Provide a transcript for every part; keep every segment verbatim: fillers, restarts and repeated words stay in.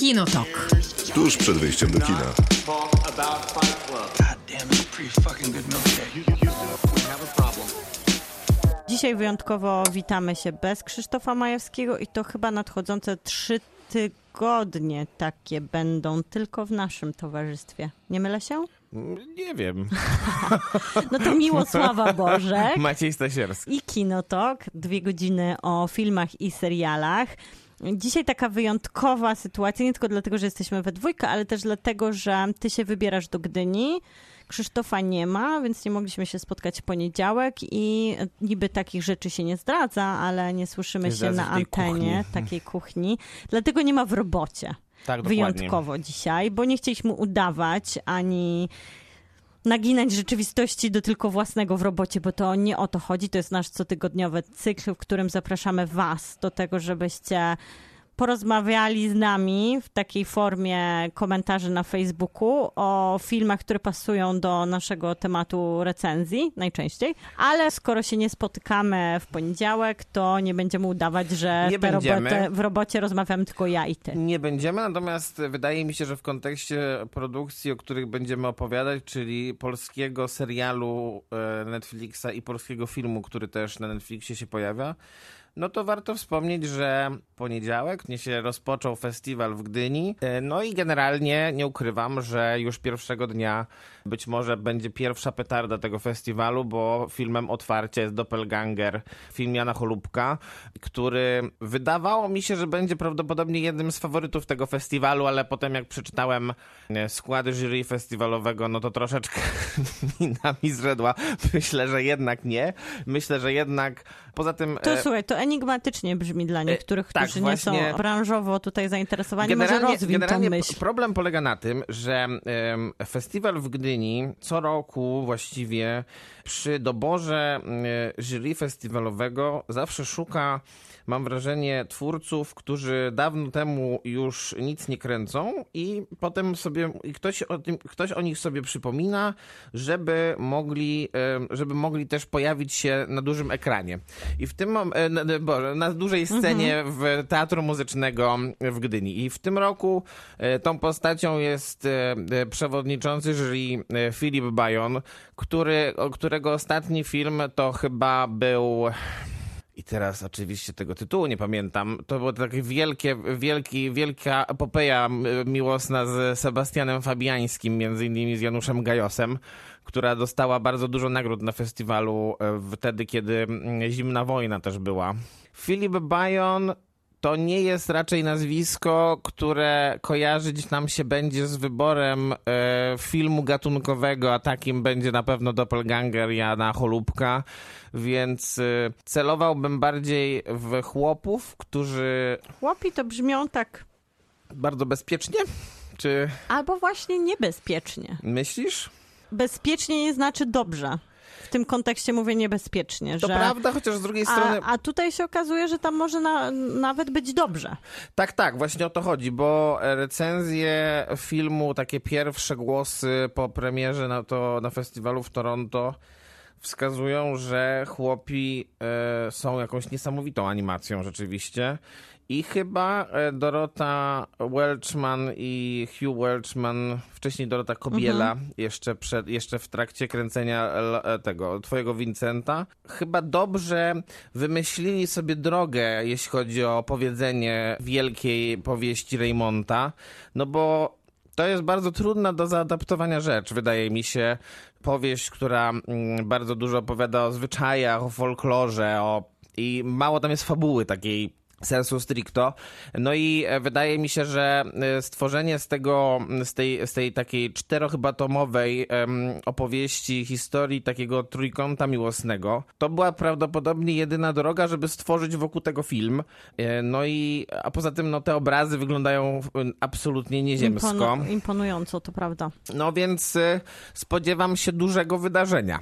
Kinotok. Tuż przed wyjściem do kina. Dzisiaj wyjątkowo witamy się bez Krzysztofa Majewskiego i to chyba nadchodzące trzy tygodnie takie będą tylko w naszym towarzystwie. Nie mylę się? Nie wiem. No to Miłosława Bożek. Maciej Stasierski. I Kinotok. Dwie godziny o filmach i serialach. Dzisiaj taka wyjątkowa sytuacja, nie tylko dlatego, że jesteśmy we dwójkę, ale też dlatego, że ty się wybierasz do Gdyni. Krzysztofa nie ma, więc nie mogliśmy się spotkać w poniedziałek i niby takich rzeczy się nie zdradza, ale nie słyszymy Nie się na antenie kuchni. takiej kuchni. Dlatego nie ma w robocie. Tak, Wyjątkowo dzisiaj, bo nie chcieliśmy udawać ani naginać rzeczywistości do tylko własnego w robocie, bo to nie o to chodzi. To jest nasz cotygodniowy cykl, w którym zapraszamy was do tego, żebyście porozmawiali z nami w takiej formie komentarzy na Facebooku o filmach, które pasują do naszego tematu recenzji najczęściej, ale skoro się nie spotykamy w poniedziałek, to nie będziemy udawać, że Nie te będziemy. roboty, w robocie rozmawiamy tylko ja i ty. Nie będziemy, natomiast wydaje mi się, że w kontekście produkcji, o których będziemy opowiadać, czyli polskiego serialu Netflixa i polskiego filmu, który też na Netflixie się pojawia, no to warto wspomnieć, że poniedziałek nie się rozpoczął festiwal w Gdyni. No i generalnie nie ukrywam, że już pierwszego dnia być może będzie pierwsza petarda tego festiwalu, bo filmem otwarcia jest Doppelganger, film Jana Cholubka, który wydawało mi się, że będzie prawdopodobnie jednym z faworytów tego festiwalu, ale potem jak przeczytałem składy jury festiwalowego, no to troszeczkę mina mi zrzedła. Myślę, że jednak nie. Myślę, że jednak poza tym... To słuchaj, to enigmatycznie brzmi dla niektórych, tak, którzy właśnie. nie są branżowo tutaj zainteresowani. Generalnie, Może rozwin tę generalnie myśl. problem polega na tym, że em, festiwal w Gdyni co roku właściwie przy doborze e, jury festiwalowego zawsze szuka, mam wrażenie, twórców, którzy dawno temu już nic nie kręcą i potem sobie i ktoś o tym, ktoś o nich sobie przypomina, żeby mogli, e, żeby mogli też pojawić się na dużym ekranie. I w tym mom- e, na, Boże, na dużej scenie mhm. w Teatru Muzycznego w Gdyni. I w tym roku e, tą postacią jest e, e, przewodniczący jury e, Filip Bajon, który, o którego ostatni film to chyba był... I teraz oczywiście tego tytułu nie pamiętam. To było takie wielkie, wielki, wielka epopeja miłosna z Sebastianem Fabiańskim, między innymi z Januszem Gajosem, która dostała bardzo dużo nagród na festiwalu wtedy, kiedy Zimna Wojna też była. Filip Bajon to nie jest raczej nazwisko, które kojarzyć nam się będzie z wyborem e, filmu gatunkowego, a takim będzie na pewno Doppelganger Jana Cholubka, więc e, celowałbym bardziej w chłopów, którzy... Chłopi to brzmią tak... Bardzo bezpiecznie? Czy... Albo właśnie niebezpiecznie. Myślisz? Bezpiecznie nie znaczy dobrze. W tym kontekście mówię niebezpiecznie. To że... prawda, chociaż z drugiej strony... A, a tutaj się okazuje, że tam może na, nawet być dobrze. Tak, tak, właśnie o to chodzi, bo recenzje filmu, takie pierwsze głosy po premierze na, to, na festiwalu w Toronto wskazują, że chłopi e, są jakąś niesamowitą animacją rzeczywiście. I chyba Dorota Welchman i Hugh Welchman, wcześniej Dorota Kobiela, mhm. jeszcze, przed, jeszcze w trakcie kręcenia tego twojego Vincenta, chyba dobrze wymyślili sobie drogę, jeśli chodzi o opowiedzenie wielkiej powieści Raymonta, no bo to jest bardzo trudna do zaadaptowania rzecz, wydaje mi się. Powieść, która bardzo dużo opowiada o zwyczajach, o folklorze, o... i mało tam jest fabuły takiej sensu stricto. No i wydaje mi się, że stworzenie z tego, z tej, z tej takiej czterochybatomowej um, opowieści, historii takiego trójkąta miłosnego, to była prawdopodobnie jedyna droga, żeby stworzyć wokół tego film. No i, a poza tym no, te obrazy wyglądają absolutnie nieziemsko. Imponu- imponująco, to prawda. No więc spodziewam się dużego wydarzenia.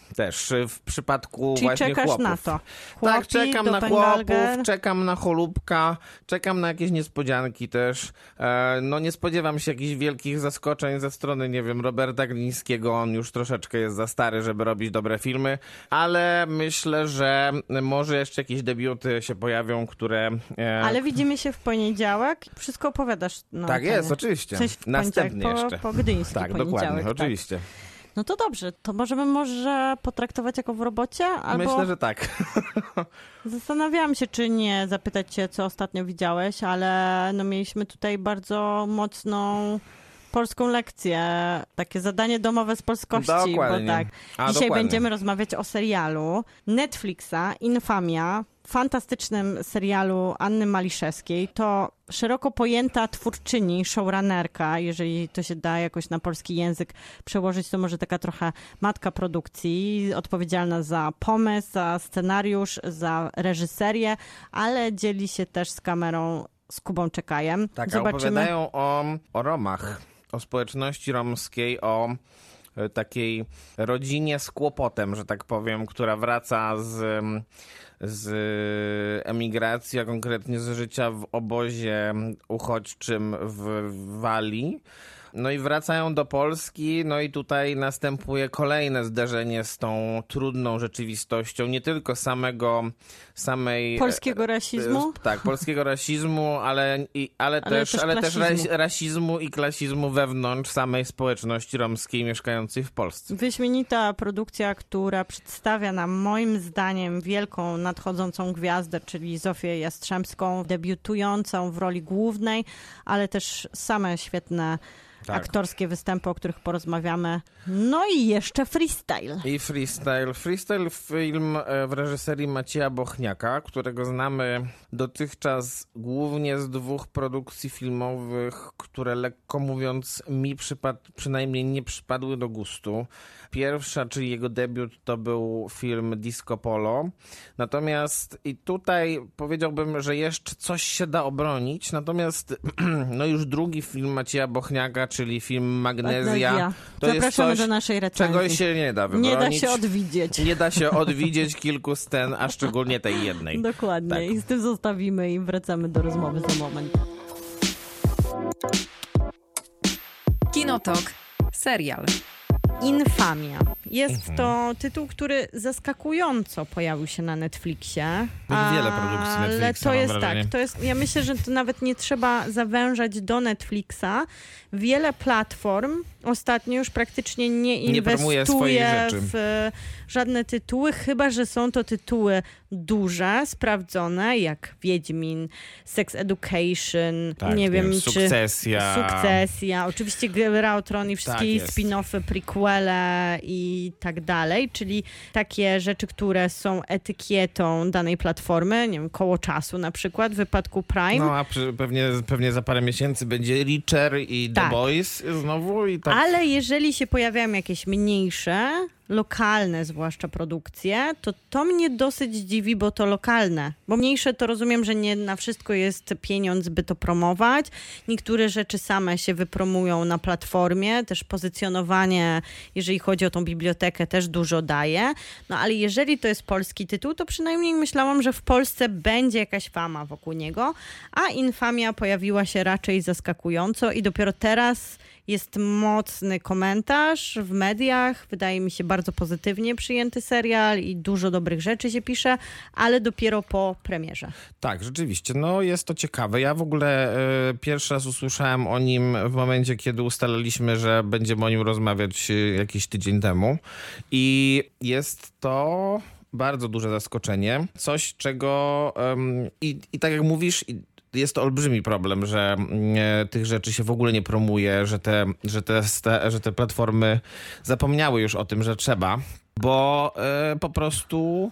też w przypadku Czyli właśnie czekasz chłopów. na to. Tak, Chłopi, czekam na Doppelganger. chłopów, czekam na Cholubka, czekam na jakieś niespodzianki też. E, no nie spodziewam się jakichś wielkich zaskoczeń ze strony, nie wiem, Roberta Glińskiego. On już troszeczkę jest za stary, żeby robić dobre filmy, ale myślę, że może jeszcze jakieś debiuty się pojawią, które... E, Ale widzimy się w poniedziałek. Wszystko opowiadasz na tak antenie. jest, oczywiście. W sensie w Następnie poniedziałek, jeszcze. Po, po gdyński Tak, poniedziałek. dokładnie, tak. oczywiście. No to dobrze, to możemy może potraktować jako w robocie? Albo Myślę, że tak. zastanawiałam się, czy nie zapytać cię, co ostatnio widziałeś, ale no mieliśmy tutaj bardzo mocną polską lekcję, takie zadanie domowe z polskości, Dokładnie. bo tak. A, Dzisiaj dokładnie. będziemy rozmawiać o serialu Netflixa Infamia, fantastycznym serialu Anny Maliszewskiej. To szeroko pojęta twórczyni, showrunnerka, jeżeli to się da jakoś na polski język przełożyć, to może taka trochę matka produkcji, odpowiedzialna za pomysł, za scenariusz, za reżyserię, ale dzieli się też z kamerą z Kubą Czekajem. Tak, a Zobaczymy. opowiadają o, o Romach, o społeczności romskiej, o e, takiej rodzinie z kłopotem, że tak powiem, która wraca z, z emigracji, a konkretnie z życia w obozie uchodźczym w Walii. No i wracają do Polski, no i tutaj następuje kolejne zderzenie z tą trudną rzeczywistością, nie tylko samego, samej... Polskiego rasizmu? Tak, polskiego rasizmu, ale, i, ale, Ale też, też ale też klasizmu. ras- rasizmu i klasizmu wewnątrz samej społeczności romskiej mieszkającej w Polsce. Wyśmienita produkcja, która przedstawia nam moim zdaniem wielką nadchodzącą gwiazdę, czyli Zofię Jastrzębską, debiutującą w roli głównej, ale też same świetne Tak. aktorskie występy, o których porozmawiamy. No i jeszcze freestyle. I freestyle. Freestyle film e, w reżyserii Macieja Bochniaka, którego znamy dotychczas głównie z dwóch produkcji filmowych, które lekko mówiąc mi przypad- przynajmniej nie przypadły do gustu. Pierwsza, czyli jego debiut, to był film Disco Polo. Natomiast i tutaj powiedziałbym, że jeszcze coś się da obronić. Natomiast no już drugi film Macieja Bochniaka, czyli film Magnezja, Magnezja. to jest Zapraszamy coś, do naszej recenzji. czego się nie da wybronić. Nie da się odwidzieć. Nie da się odwidzieć kilku scen, a szczególnie tej jednej. Dokładnie. Tak. I z tym zostawimy i wracamy do rozmowy za moment. Kinotok. Serial. Infamia. Jest Mhm. to tytuł, który zaskakująco pojawił się na Netflixie. Jak wiele produkcji Ale Netflixa, to mam jest wrażenie. tak, to jest, ja myślę, że to nawet nie trzeba zawężać do Netflixa. Wiele platform ostatnio już praktycznie nie Nie promuje inwestuje swoich rzeczy. w żadne tytuły, chyba że są to tytuły duże, sprawdzone, jak Wiedźmin, Sex Education, Tak, nie wiem, czy... Sukcesja. Sukcesja, oczywiście Gra o Tron i wszystkie Tak jest. spin-offy, prequele i tak dalej, czyli takie rzeczy, które są etykietą danej platformy, nie wiem, koło czasu na przykład, w wypadku Prime. No a przy, pewnie, pewnie za parę miesięcy będzie Reacher i The Tak. Boys znowu i tak. Ale jeżeli się pojawiają jakieś mniejsze, lokalne zwłaszcza produkcje, to to mnie dosyć dziwi, bo to lokalne. Bo mniejsze to rozumiem, że nie na wszystko jest pieniądz, by to promować. Niektóre rzeczy same się wypromują na platformie, też pozycjonowanie, jeżeli chodzi o tą bibliotekę, też dużo daje. No ale jeżeli to jest polski tytuł, to przynajmniej myślałam, że w Polsce będzie jakaś fama wokół niego, a Infamia pojawiła się raczej zaskakująco i dopiero teraz jest mocny komentarz w mediach, wydaje mi się bardzo pozytywnie przyjęty serial i dużo dobrych rzeczy się pisze, ale dopiero po premierze. Tak, rzeczywiście. No jest to ciekawe. Ja w ogóle e, pierwszy raz usłyszałem o nim w momencie, kiedy ustaliliśmy, że będziemy o nim rozmawiać e, jakiś tydzień temu. I jest to bardzo duże zaskoczenie. Coś, czego em, i, i tak jak mówisz... I, jest to olbrzymi problem, że e, tych rzeczy się w ogóle nie promuje, że te, że, te, ste, że te platformy zapomniały już o tym, że trzeba, bo e, po prostu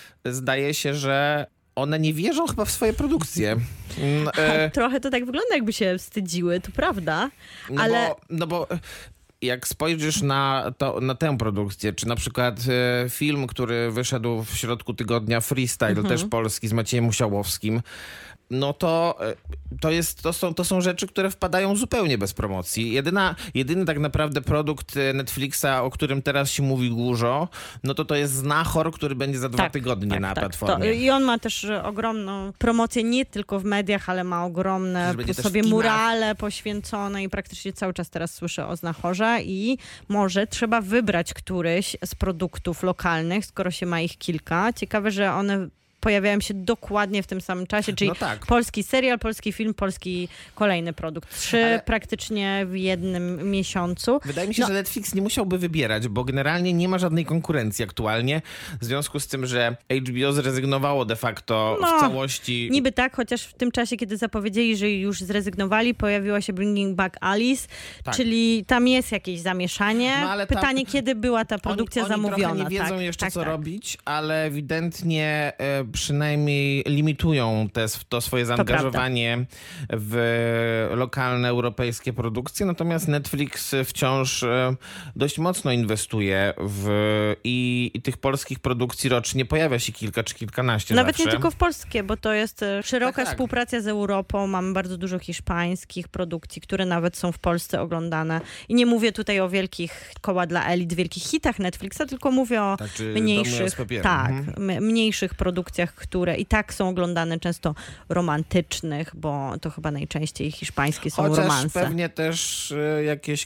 zdaje się, że one nie wierzą chyba w swoje produkcje. Mm, e, Trochę to tak wygląda, jakby się wstydziły, to prawda, no ale... Bo, no bo jak spojrzysz na, to, na tę produkcję, czy na przykład e, film, który wyszedł w środku tygodnia, Freestyle, mhm. też polski, z Maciejem Musiałowskim, no to, to, jest, to, są, to są rzeczy, które wpadają zupełnie bez promocji. Jedyna, jedyny tak naprawdę produkt Netflixa, o którym teraz się mówi dużo, no to to jest Znachor, który będzie za dwa tak, tygodnie tak, na tak. platformie. To, I on ma też ogromną promocję, nie tylko w mediach, ale ma ogromne sobie murale poświęcone i praktycznie cały czas teraz słyszę o Znachorze i może trzeba wybrać któryś z produktów lokalnych, skoro się ma ich kilka. Ciekawe, że one pojawiają się dokładnie w tym samym czasie, czyli no tak. polski serial, polski film, polski kolejny produkt. Trzy Ale praktycznie w jednym miesiącu. Wydaje mi się, no. że Netflix nie musiałby wybierać, bo generalnie nie ma żadnej konkurencji aktualnie, w związku z tym, że H B O zrezygnowało de facto no, w całości. Niby tak, chociaż w tym czasie, kiedy zapowiedzieli, że już zrezygnowali, pojawiła się Bringing Back Alice, tak. czyli tam jest jakieś zamieszanie. No, ale Pytanie, tam, kiedy była ta produkcja oni, oni zamówiona. Oni trochę nie wiedzą tak, jeszcze, tak, co tak. robić, ale ewidentnie e, przynajmniej limitują te, to swoje zaangażowanie w lokalne, europejskie produkcje, natomiast Netflix wciąż e, dość mocno inwestuje w i, i tych polskich produkcji rocznie pojawia się kilka czy kilkanaście Nawet zawsze. nie tylko w polskie, bo to jest szeroka tak, tak. współpraca z Europą. Mamy bardzo dużo hiszpańskich produkcji, które nawet są w Polsce oglądane. I nie mówię tutaj o wielkich koła dla elit, wielkich hitach Netflixa, tylko mówię o tak, mniejszych, tak, mhm. mniejszych produkcjach, które i tak są oglądane, często romantycznych, bo to chyba najczęściej hiszpańskie są Chociaż romanse. pewnie też y, jakieś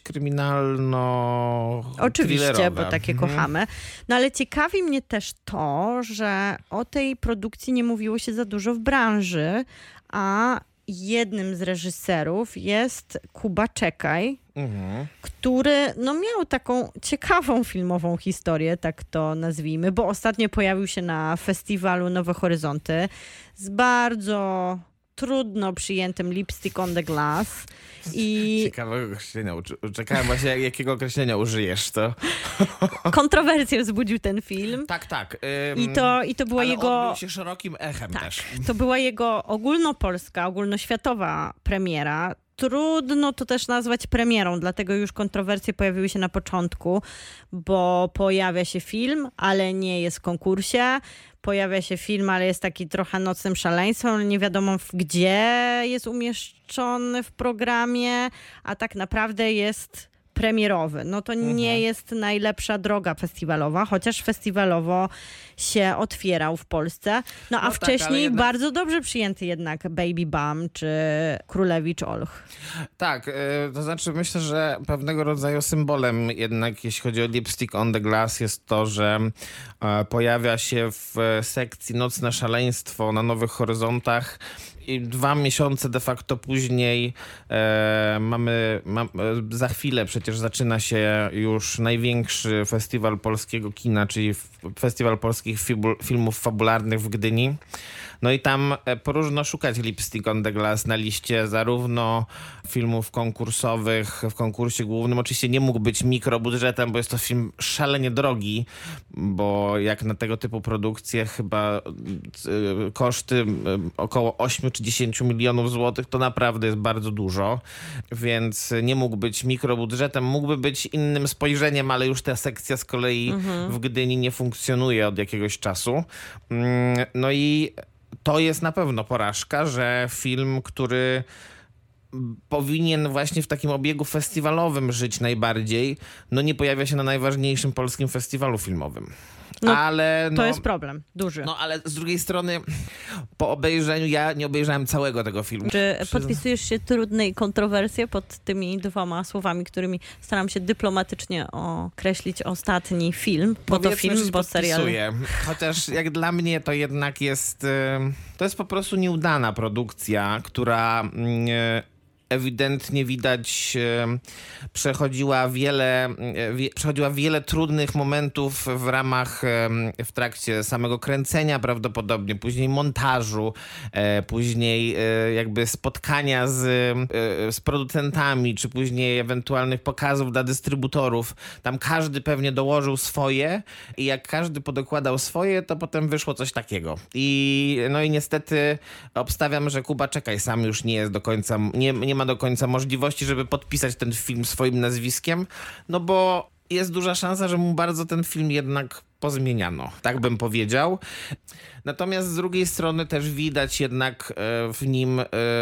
kryminalno Oczywiście, bo takie mhm. kochamy. No ale ciekawi mnie też to, że o tej produkcji nie mówiło się za dużo w branży, a jednym z reżyserów jest Kuba Czekaj, mhm. który no, miał taką ciekawą filmową historię, tak to nazwijmy, bo ostatnio pojawił się na festiwalu Nowe Horyzonty z bardzo trudno przyjętym Lipstick on the Glass. I ciekawego określenia. Czekałem właśnie, jakiego określenia użyjesz, to. Kontrowersję wzbudził ten film. Tak, tak. Ym, I to, i to była ale jego. odbił się szerokim echem tak, też. To była jego ogólnopolska, ogólnoświatowa premiera. Trudno to też nazwać premierą, dlatego już kontrowersje pojawiły się na początku, bo pojawia się film, ale nie jest w konkursie. Pojawia się film, ale jest taki trochę nocnym szaleństwem, ale nie wiadomo gdzie jest umieszczony w programie, a tak naprawdę jest premierowy. No to mhm. nie jest najlepsza droga festiwalowa, chociaż festiwalowo się otwierał w Polsce. No a no wcześniej tak, jednak bardzo dobrze przyjęty jednak Baby Bum czy Królewicz Olch. Tak, to znaczy myślę, że pewnego rodzaju symbolem jednak, jeśli chodzi o Lipstick on the Glass, jest to, że pojawia się w sekcji Nocne Szaleństwo na Nowych Horyzontach. I dwa miesiące de facto później e, mamy, ma, za chwilę przecież zaczyna się już największy festiwal polskiego kina, czyli Festiwal Polskich Filmów Fabularnych w Gdyni. No i tam próżno szukać Lipstick on the Glass na liście zarówno filmów konkursowych w konkursie głównym. Oczywiście nie mógł być mikrobudżetem, bo jest to film szalenie drogi, bo jak na tego typu produkcje chyba koszty około osiem czy dziesięć milionów złotych to naprawdę jest bardzo dużo, więc nie mógł być mikrobudżetem. Mógłby być innym spojrzeniem, ale już ta sekcja z kolei mhm. w Gdyni nie funkcjonuje od jakiegoś czasu. No i to jest na pewno porażka, że film, który powinien właśnie w takim obiegu festiwalowym żyć najbardziej, no nie pojawia się na najważniejszym polskim festiwalu filmowym. No, ale no, to jest problem, duży. No ale z drugiej strony po obejrzeniu, ja nie obejrzałem całego tego filmu. Czy podpisujesz się trudne i kontrowersje pod tymi dwoma słowami, którymi staram się dyplomatycznie określić ostatni film? Bo to film, bo serial. Chociaż jak dla mnie to jednak jest, to jest po prostu nieudana produkcja, która ewidentnie widać przechodziła wiele, wie, przechodziła wiele trudnych momentów w ramach, w trakcie samego kręcenia prawdopodobnie, później montażu, później jakby spotkania z, z producentami, czy później ewentualnych pokazów dla dystrybutorów. Tam każdy pewnie dołożył swoje i jak każdy podokładał swoje, to potem wyszło coś takiego. I no i niestety obstawiam, że Kuba Czekaj sam już nie jest do końca, nie, nie ma ma do końca możliwości, żeby podpisać ten film swoim nazwiskiem, no bo jest duża szansa, że mu bardzo ten film jednak pozmieniano, tak bym powiedział. Natomiast z drugiej strony też widać jednak w nim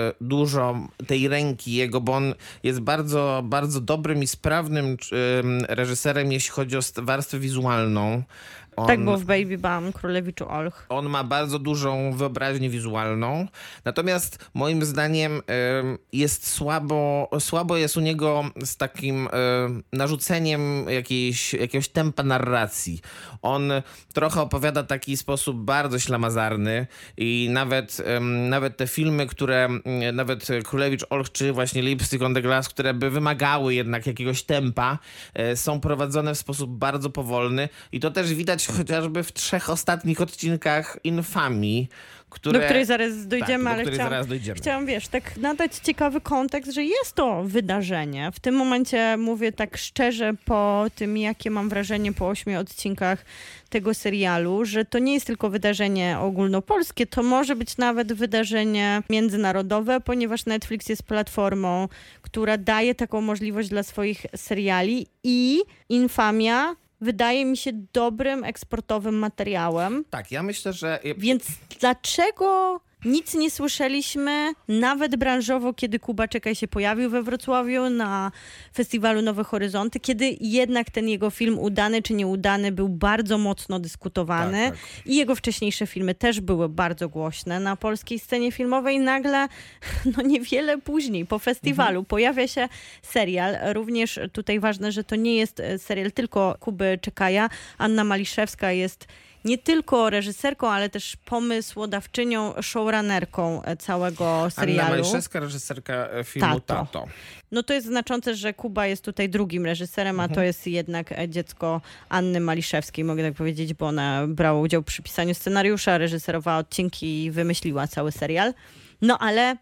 dużo tej ręki jego, bo on jest bardzo, bardzo dobrym i sprawnym reżyserem, jeśli chodzi o warstwę wizualną. On, tak było w Baby Bam, Królewiczu Olch. On ma bardzo dużą wyobraźnię wizualną, natomiast moim zdaniem jest słabo, słabo jest u niego z takim narzuceniem jakiejś, jakiegoś tempa narracji. On trochę opowiada w taki sposób bardzo ślamazarny i nawet, nawet te filmy, które, nawet Królewicz Olch czy właśnie Lipstick on the Glass, które by wymagały jednak jakiegoś tempa, są prowadzone w sposób bardzo powolny i to też widać chociażby w trzech ostatnich odcinkach Infamii, które... do której zaraz dojdziemy, tak, ale do chciałam, zaraz dojdziemy. chciałam, wiesz, tak nadać ciekawy kontekst, że jest to wydarzenie. W tym momencie mówię tak szczerze po tym, jakie mam wrażenie po ośmiu odcinkach tego serialu, że to nie jest tylko wydarzenie ogólnopolskie, to może być nawet wydarzenie międzynarodowe, ponieważ Netflix jest platformą, która daje taką możliwość dla swoich seriali i Infamia wydaje mi się dobrym eksportowym materiałem. Tak, ja myślę, że... Więc dlaczego nic nie słyszeliśmy, nawet branżowo, kiedy Kuba Czekaj się pojawił we Wrocławiu na festiwalu Nowe Horyzonty, kiedy jednak ten jego film, udany czy nieudany, był bardzo mocno dyskutowany tak, tak. i jego wcześniejsze filmy też były bardzo głośne na polskiej scenie filmowej. Nagle, no niewiele później, po festiwalu mhm. pojawia się serial. Również tutaj ważne, że to nie jest serial tylko Kuby Czekaja. Anna Maliszewska jest nie tylko reżyserką, ale też pomysłodawczynią, showrunnerką całego serialu. Anna Maliszewska, reżyserka filmu Tato. Tato. No to jest znaczące, że Kuba jest tutaj drugim reżyserem, a mhm. to jest jednak dziecko Anny Maliszewskiej, mogę tak powiedzieć, bo ona brała udział przy pisaniu scenariusza, reżyserowała odcinki i wymyśliła cały serial. No ale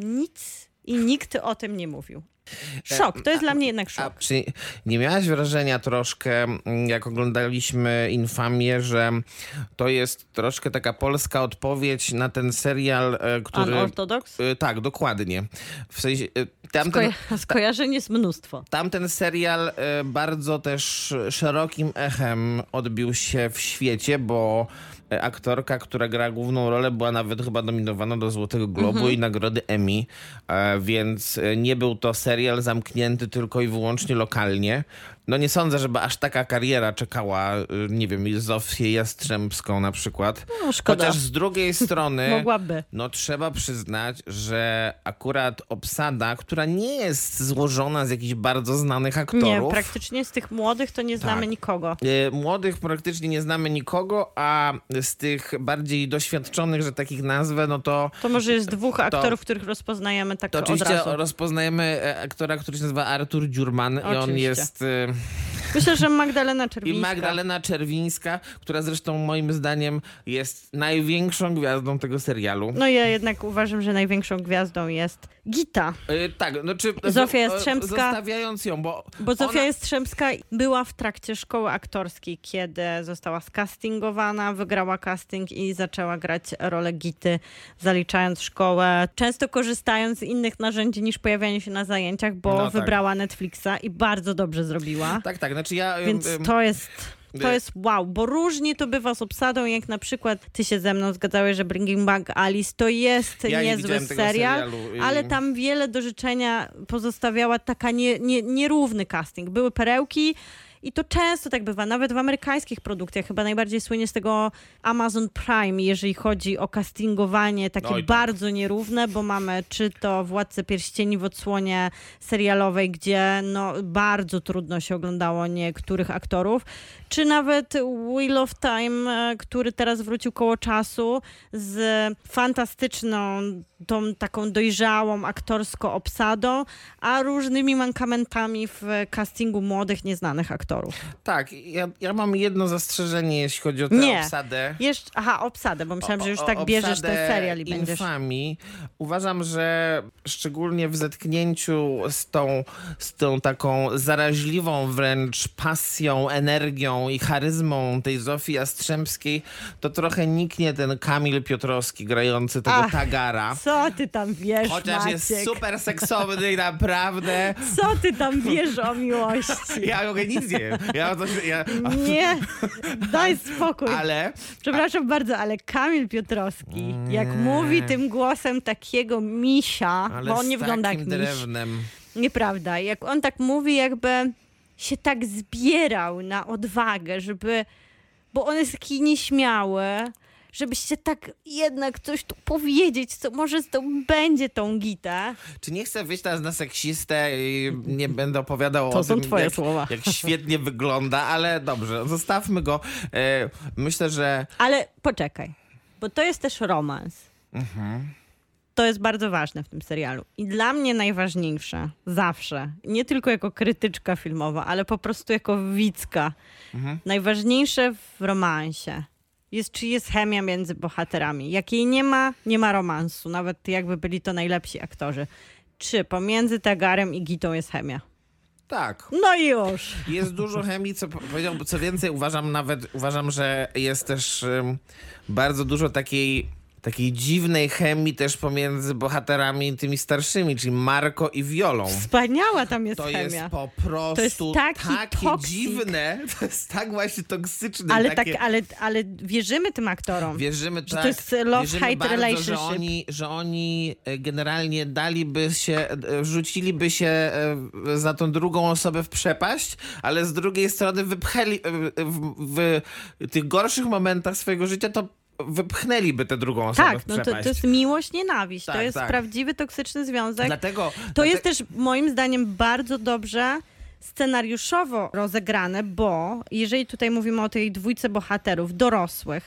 nic i nikt o tym nie mówił. Szok, to jest a, dla mnie jednak szok. A, czy nie miałaś wrażenia troszkę, jak oglądaliśmy Infamię, że to jest troszkę taka polska odpowiedź na ten serial, który... Unorthodox? Tak, dokładnie. W sensie... Tamten, Skoja- skojarzeń jest mnóstwo. Tamten serial bardzo też szerokim echem odbił się w świecie, bo aktorka, która gra główną rolę, była nawet chyba nominowana do Złotego Globu mhm. i nagrody Emmy, więc nie był to serial zamknięty tylko i wyłącznie lokalnie. No nie sądzę, żeby aż taka kariera czekała, nie wiem, Zofię Jastrzębską na przykład. No, szkoda. Chociaż z drugiej strony mogłaby. No trzeba przyznać, że akurat obsada, która nie jest złożona z jakichś bardzo znanych aktorów. Nie, praktycznie z tych młodych to nie znamy tak. nikogo. Młodych praktycznie nie znamy nikogo, a z tych bardziej doświadczonych, że takich nazwę, no to... To może jest dwóch to, aktorów, których rozpoznajemy tak to od oczywiście razu. rozpoznajemy aktora, który się nazywa Artur Dziurman oczywiście. i on jest... Myślę, że Magdalena Czerwińska. I Magdalena Czerwińska, która zresztą moim zdaniem jest największą gwiazdą tego serialu. No ja jednak uważam, że największą gwiazdą jest Gita. Yy, tak, no czy... Zofia Jastrzębska. Zostawiając ją, bo... Bo Zofia ona... Jastrzębska była w trakcie szkoły aktorskiej, kiedy została skastingowana, wygrała casting i zaczęła grać rolę Gity, zaliczając szkołę, często korzystając z innych narzędzi niż pojawianie się na zajęciach, bo no, wybrała tak. Netflixa i bardzo dobrze zrobiła. Tak, tak, znaczy ja... Więc to jest... To jest wow, bo różnie to bywa z obsadą, jak na przykład ty się ze mną zgadzałeś, że Bringing Back Alice to jest ja niezły serial, i... ale tam wiele do życzenia pozostawiała taka nie, nie, nierówny casting. Były perełki i to często tak bywa, nawet w amerykańskich produkcjach. Chyba najbardziej słynie z tego Amazon Prime, jeżeli chodzi o castingowanie takie Oj, tak. bardzo nierówne, bo mamy czy to Władcę Pierścieni w odsłonie serialowej, gdzie no, bardzo trudno się oglądało niektórych aktorów, czy nawet Wheel of Time, który teraz wrócił koło czasu z fantastyczną, tą taką dojrzałą aktorsko obsadą, a różnymi mankamentami w castingu młodych, nieznanych aktorów. aktorów. Tak, ja, ja mam jedno zastrzeżenie, jeśli chodzi o tę Nie. obsadę. Jeszcze, aha, obsadę, bo myślałam, O- że już o- tak bierzesz ten obsadę serial i będziesz... Infamii. Uważam, że szczególnie w zetknięciu z tą, z tą taką zaraźliwą wręcz pasją, energią i charyzmą tej Zofii Jastrzębskiej, to trochę niknie ten Kamil Piotrowski grający tego Ach, Tagara. Co ty tam wiesz, Chociaż Maciek? jest super seksowny i naprawdę... Co ty tam wiesz o miłości? Ja mogę nic nie wiem. Ja, to, ja, Nie, daj spokój. ale... Przepraszam bardzo, ale Kamil Piotrowski, jak mówi tym głosem takiego misia, ale bo on z nie wygląda jak takim miś. drewnem. Nieprawda. Jak on tak mówi, jakby się tak zbierał na odwagę, żeby... Bo on jest taki nieśmiały, żebyście tak jednak coś tu powiedzieć, co może zdobędzie tą gitę. Czy nie chcę wyjść teraz na seksistę i nie będę opowiadał To o są tym, twoje jak, słowa. jak świetnie wygląda, ale dobrze, zostawmy go. E, myślę, że... Ale poczekaj, bo to jest też romans. Mhm. To jest bardzo ważne w tym serialu. I dla mnie najważniejsze, zawsze, nie tylko jako krytyczka filmowa, ale po prostu jako widzka, Mhm. najważniejsze w romansie jest, czy jest chemia między bohaterami. Jak jej nie ma, nie ma romansu, nawet jakby byli to najlepsi aktorzy. Czy pomiędzy Tagarem i Gitą jest chemia? Tak. No i już. Jest dużo chemii, co powiedział, co więcej, uważam nawet, uważam, że jest też um, bardzo dużo takiej takiej dziwnej chemii też pomiędzy bohaterami tymi starszymi, czyli Marco i Violą. Wspaniała tam jest To chemia. jest po prostu To jest taki takie toksik. dziwne, to jest tak właśnie toksyczne. Ale, takie... tak, ale, ale wierzymy tym aktorom. Wierzymy, że tak, to jest love-hate wierzymy bardzo, relationship. że oni, że oni e, generalnie daliby się, e, wrzuciliby się e, za tą drugą osobę w przepaść, ale z drugiej strony wypchali e, w, w, w tych gorszych momentach swojego życia to wypchnęliby tę drugą osobę Tak, w no to, przepaść. to jest miłość, nienawiść. Tak, to jest tak. prawdziwy, toksyczny związek. Dlatego, To jest też moim zdaniem bardzo dobrze scenariuszowo rozegrane, bo jeżeli tutaj mówimy o tej dwójce bohaterów dorosłych,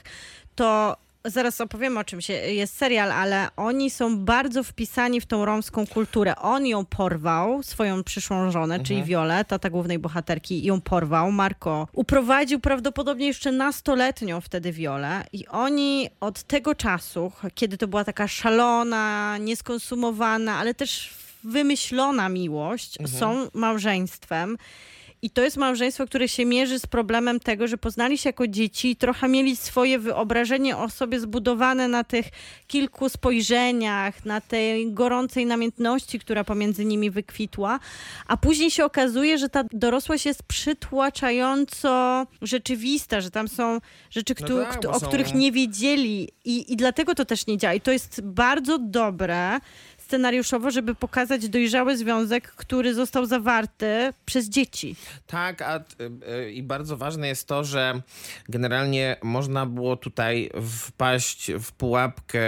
to zaraz opowiem, o czym się jest serial, ale oni są bardzo wpisani w tą romską kulturę. On ją porwał, swoją przyszłą żonę, Mhm. czyli Violę, tata głównej bohaterki, ją porwał. Marco uprowadził prawdopodobnie jeszcze nastoletnią wtedy Violę i oni od tego czasu, kiedy to była taka szalona, nieskonsumowana, ale też wymyślona miłość, Mhm. są małżeństwem. I to jest małżeństwo, które się mierzy z problemem tego, że poznali się jako dzieci i trochę mieli swoje wyobrażenie o sobie zbudowane na tych kilku spojrzeniach, na tej gorącej namiętności, która pomiędzy nimi wykwitła. A później się okazuje, że ta dorosłość jest przytłaczająco rzeczywista, że tam są rzeczy, No któ- tak, któ- bo o są- których nie wiedzieli. I, I dlatego to też nie działa. I to jest bardzo dobre scenariuszowo, żeby pokazać dojrzały związek, który został zawarty przez dzieci. Tak, a, y, y, i bardzo ważne jest to, że generalnie można było tutaj wpaść w pułapkę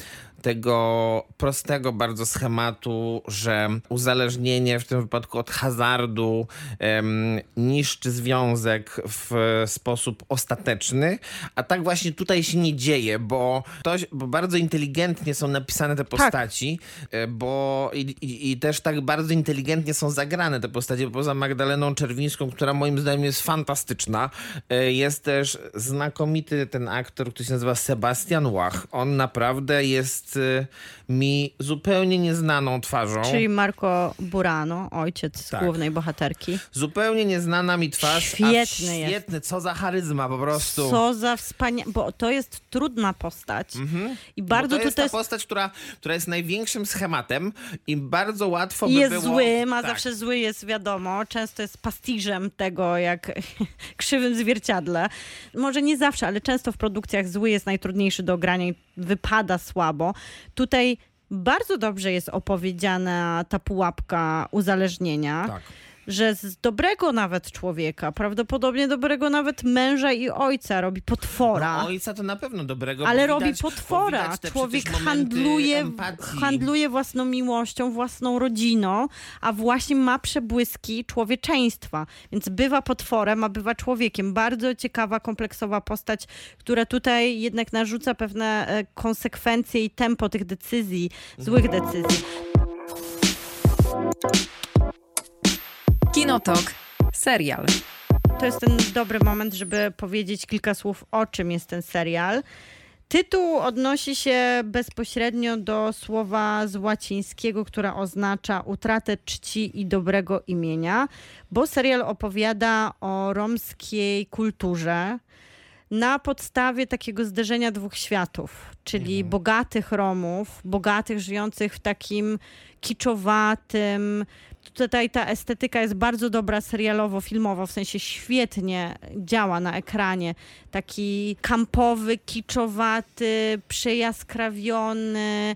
tego prostego bardzo schematu, że uzależnienie w tym wypadku od hazardu em, niszczy związek w sposób ostateczny, a tak właśnie tutaj się nie dzieje, bo, to, bo bardzo inteligentnie są napisane te postaci, e, bo i, i, i też tak bardzo inteligentnie są zagrane te postacie, bo poza Magdaleną Czerwińską, która moim zdaniem jest fantastyczna, e, jest też znakomity ten aktor, który się nazywa Sebastian Łach. On naprawdę jest y, mi zupełnie nieznaną twarzą. Czyli Marco Burano, ojciec Tak. głównej bohaterki. Zupełnie nieznana mi twarz. Świetny a jest. Świetny, co za charyzma po prostu. Co za wspaniałe, bo to jest trudna postać. Mhm. I bardzo Bo to jest tutaj ta postać, która, która jest największym schematem i bardzo łatwo by jest było... zły, ma tak. zawsze zły jest wiadomo, często jest pastiżem tego jak krzywym zwierciadle. Może nie zawsze, ale często w produkcjach zły jest najtrudniejszy do ogrania i wypada słabo. Tutaj bardzo dobrze jest opowiedziana ta pułapka uzależnienia. Tak. Że z dobrego nawet człowieka, prawdopodobnie dobrego nawet męża i ojca robi potwora. No, ojca to na pewno dobrego, Ale bo robi widać, bo potwora. widać te Człowiek przecież momenty handluje, empatii. handluje własną miłością, własną rodziną, a właśnie ma przebłyski człowieczeństwa. Więc bywa potworem, a bywa człowiekiem. Bardzo ciekawa, kompleksowa postać, która tutaj jednak narzuca pewne e, konsekwencje i tempo tych decyzji, złych decyzji. Kinotok. Serial. to jest ten dobry moment, żeby powiedzieć kilka słów, o czym jest ten serial. Tytuł odnosi się bezpośrednio do słowa z łacińskiego, które oznacza utratę czci i dobrego imienia, bo serial opowiada o romskiej kulturze na podstawie takiego zderzenia dwóch światów, czyli mhm. bogatych Romów, bogatych, żyjących w takim kiczowatym. Tutaj ta estetyka jest bardzo dobra serialowo-filmowo, w sensie świetnie działa na ekranie. Taki kampowy, kiczowaty, przejaskrawiony,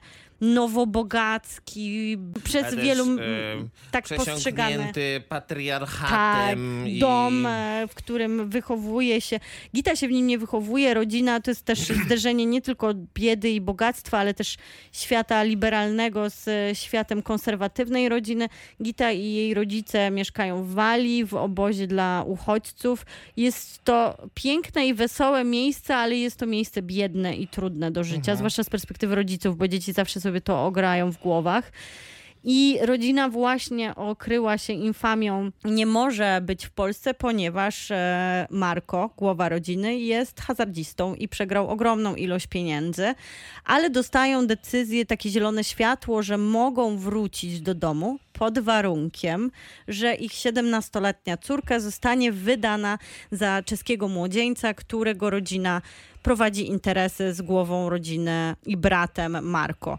nowobogacki, przez też, wielu e, tak postrzegany. patriarchatem. Tak, i... dom, w którym wychowuje się. Gita się w nim nie wychowuje, rodzina to jest też zderzenie nie tylko biedy i bogactwa, ale też świata liberalnego z światem konserwatywnej rodziny. Gita i jej rodzice mieszkają w Walii, w obozie dla uchodźców. Jest to piękne i wesołe miejsce, ale jest to miejsce biedne i trudne do życia, mhm. zwłaszcza z perspektywy rodziców, bo dzieci zawsze sobie to ograją w głowach. I rodzina właśnie okryła się infamią. Nie może być w Polsce, ponieważ e, Marko, głowa rodziny, jest hazardzistą i przegrał ogromną ilość pieniędzy, ale dostają decyzję, takie zielone światło, że mogą wrócić do domu pod warunkiem, że ich siedemnastoletnia córka zostanie wydana za czeskiego młodzieńca, którego rodzina prowadzi interesy z głową rodziny i bratem Marko.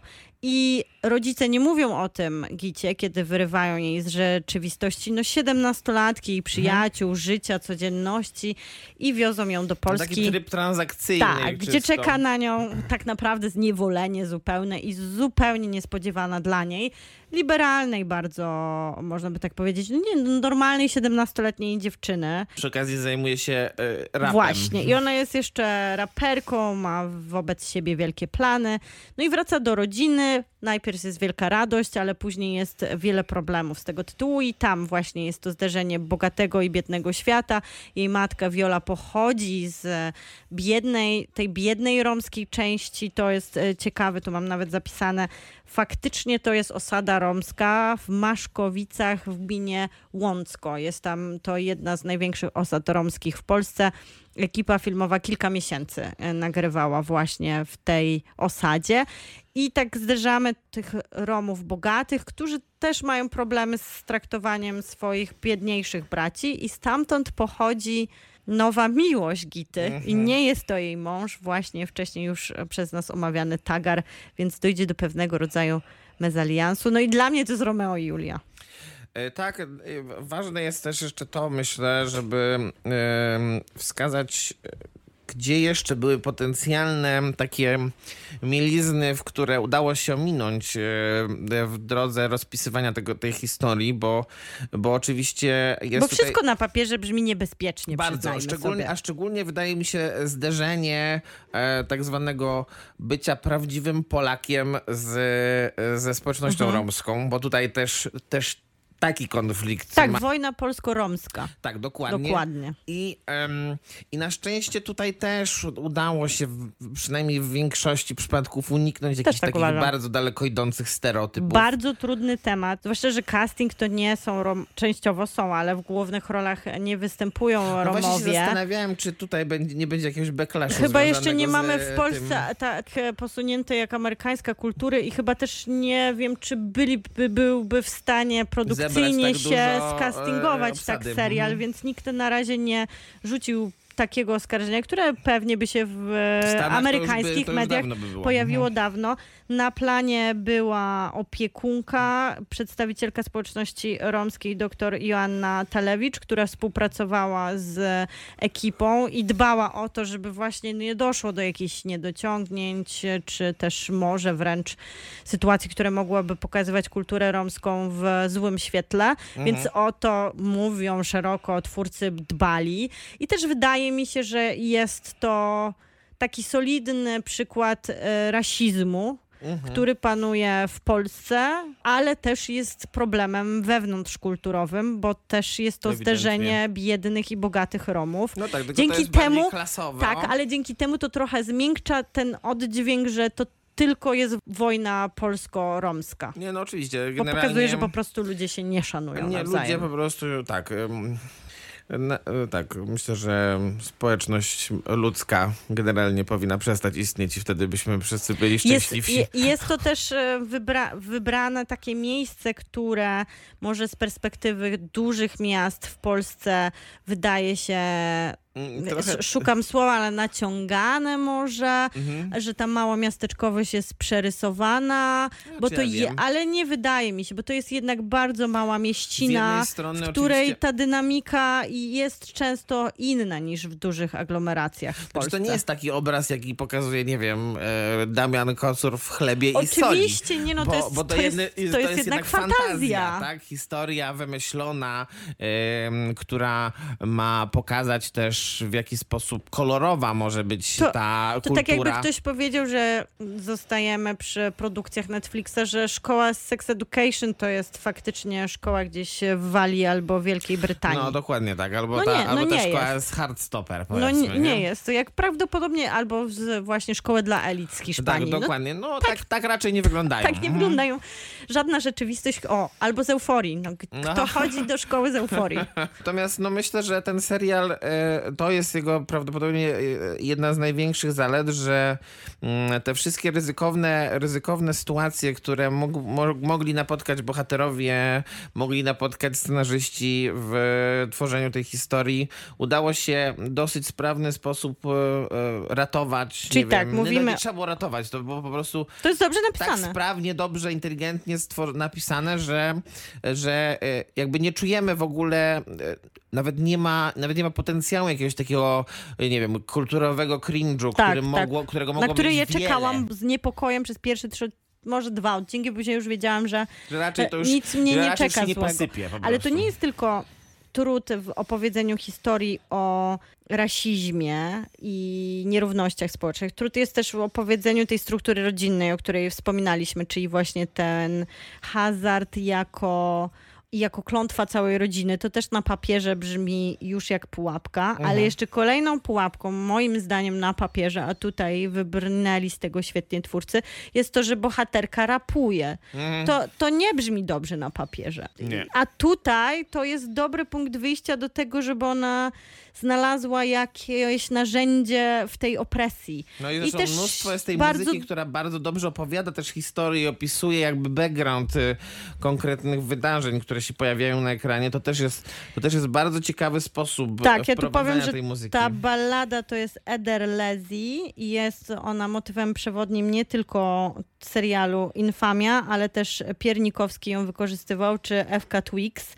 I rodzice nie mówią o tym Gicie, kiedy wyrywają jej z rzeczywistości no siedemnastolatki i przyjaciół, mhm. życia, codzienności i wiozą ją do Polski. Taki tryb transakcyjny. Tak, gdzie czeka na nią tak naprawdę zniewolenie zupełne i zupełnie niespodziewana dla niej. Liberalnej bardzo, można by tak powiedzieć, no nie, normalnej siedemnastoletniej dziewczyny. Przy okazji zajmuje się y, rapem. Właśnie. I ona jest jeszcze raperką, ma wobec siebie wielkie plany. No i wraca do rodziny. Najpierw jest wielka radość, ale później jest wiele problemów z tego tytułu i tam właśnie jest to zderzenie bogatego i biednego świata. Jej matka Viola pochodzi z biednej, tej biednej romskiej części. To jest ciekawe, tu mam nawet zapisane. Faktycznie to jest osada romska w Maszkowicach w gminie Łącko. Jest tam to jedna z największych osad romskich w Polsce. Ekipa filmowa kilka miesięcy nagrywała właśnie w tej osadzie. I tak zderzamy tych Romów bogatych, którzy też mają problemy z traktowaniem swoich biedniejszych braci i stamtąd pochodzi nowa miłość Gity mhm. i nie jest to jej mąż, właśnie wcześniej już przez nas omawiany Tagar, więc dojdzie do pewnego rodzaju mezaliansu. No i dla mnie to jest Romeo i Julia. Tak, ważne jest też jeszcze to, myślę, żeby wskazać, gdzie jeszcze były potencjalne takie mielizny, w które udało się ominąć w drodze rozpisywania tego, tej historii, bo, bo oczywiście jest Bo wszystko tutaj na papierze brzmi niebezpiecznie, bardzo, szczególnie, sobie. A szczególnie wydaje mi się zderzenie e, tak zwanego bycia prawdziwym Polakiem z, ze społecznością mhm. romską, bo tutaj też, też taki konflikt. Tak, ma... wojna polsko-romska. Tak, dokładnie. Dokładnie. I, um, I na szczęście tutaj też udało się w, przynajmniej w większości przypadków uniknąć jakichś tak takich uważam. bardzo daleko idących stereotypów. Bardzo trudny temat. Zwłaszcza, że casting to nie są, rom... częściowo są, ale w głównych rolach nie występują no Romowie. Właśnie się zastanawiałem, czy tutaj będzie, nie będzie jakiegoś backlashu. Chyba jeszcze nie z, mamy w Polsce tym... tak posuniętej jak amerykańska kultury i chyba też nie wiem, czy byliby, byłby w stanie produkcyjnie tak się skastingować e, tak serial, mhm. więc nikt na razie nie rzucił takiego oskarżenia, które pewnie by się w, w amerykańskich by, mediach by pojawiło mhm. dawno. Na planie była opiekunka, przedstawicielka społeczności romskiej dr Joanna Talewicz, która współpracowała z ekipą i dbała o to, żeby właśnie nie doszło do jakichś niedociągnięć, czy też może wręcz sytuacji, które mogłyby pokazywać kulturę romską w złym świetle. Mhm. Więc o to mówią szeroko twórcy dbali. I też wydaje mi się, że jest to taki solidny przykład e, rasizmu, mhm. który panuje w Polsce, ale też jest problemem wewnątrzkulturowym, bo też jest to ewidentnie zderzenie biednych i bogatych Romów. No tak, tylko dzięki to jest temu, klasowe. tak, ale dzięki temu to trochę zmiękcza ten oddźwięk, że to tylko jest wojna polsko-romska. Nie, no oczywiście. Generalnie... Bo pokazuje, że po prostu ludzie się nie szanują Nie, nawzajem. ludzie po prostu, tak... Um... No, tak, myślę, że społeczność ludzka generalnie powinna przestać istnieć i wtedy byśmy wszyscy byli szczęśliwsi. Jest, jest to też wybra, wybrane takie miejsce, które może z perspektywy dużych miast w Polsce wydaje się... Trochę... Szukam słowa, ale naciągane może, mhm. że ta mała miasteczkowość jest przerysowana, no, bo to ja je, ale nie wydaje mi się, bo to jest jednak bardzo mała mieścina, w której oczywiście... ta dynamika jest często inna niż w dużych aglomeracjach w Polsce. To nie jest taki obraz, jaki pokazuje, nie wiem, Damian Kocur w Chlebie oczywiście, i soli. Oczywiście, nie, no to, bo, jest, bo to, to, jest, jedny, to, jest, to jest jednak, jednak fantazja. fantazja. Tak? Historia wymyślona, ym, która ma pokazać też, w jaki sposób kolorowa może być to, ta to kultura. Tak jakby ktoś powiedział, że zostajemy przy produkcjach Netflixa, że szkoła Sex Education to jest faktycznie szkoła gdzieś w Walii albo Wielkiej Brytanii. No dokładnie tak, albo no ta, nie, albo no ta nie szkoła jest. z Heartstopper, No nie, nie, nie jest. To jak prawdopodobnie albo z właśnie szkoły dla elit z Hiszpanii. Tak, dokładnie. No, no tak, tak, tak raczej nie wyglądają. Tak nie wyglądają. Żadna rzeczywistość. O, albo z Euforii. No, kto no. chodzi do szkoły z Euforii? Natomiast no myślę, że ten serial e, to jest jego prawdopodobnie jedna z największych zalet, że te wszystkie ryzykowne, ryzykowne sytuacje, które mog, mogli napotkać bohaterowie, mogli napotkać scenarzyści w tworzeniu tej historii, udało się w dosyć sprawny sposób ratować. Czyli nie tak, wiem, mówimy... No nie trzeba było ratować, to było po prostu to jest dobrze napisane. Tak sprawnie, dobrze, inteligentnie stwor- napisane, że, że jakby nie czujemy w ogóle, nawet nie ma, nawet nie ma potencjału jakiegoś takiego, nie wiem, kulturowego cringe'u, tak, który tak. mogło, którego mogło Na który być ja wiele. czekałam z niepokojem przez pierwsze trzy, może dwa odcinki, później już wiedziałam, że, że raczej to już, nic mnie że nie raczej czeka się nie złego. posypie, po Ale to prostu. nie jest tylko trud w opowiedzeniu historii o rasizmie i nierównościach społecznych. Trud jest też w opowiedzeniu tej struktury rodzinnej, o której wspominaliśmy, czyli właśnie ten hazard jako... i jako klątwa całej rodziny, to też na papierze brzmi już jak pułapka, mhm. ale jeszcze kolejną pułapką, moim zdaniem na papierze, a tutaj wybrnęli z tego świetnie twórcy, jest to, że bohaterka rapuje. Mhm. To, to nie brzmi dobrze na papierze. Nie. A tutaj to jest dobry punkt wyjścia do tego, żeby ona znalazła jakieś narzędzie w tej opresji. No i, I też mnóstwo jest tej bardzo... muzyki, która bardzo dobrze opowiada też historię i opisuje jakby background y, konkretnych wydarzeń, które się pojawiają na ekranie. To też jest, to też jest bardzo ciekawy sposób tak, ja tu powiem, że tej muzyki. Ta ballada to jest Ederlezi i jest ona motywem przewodnim nie tylko serialu Infamia, ale też Piernikowski ją wykorzystywał, czy F K Twix.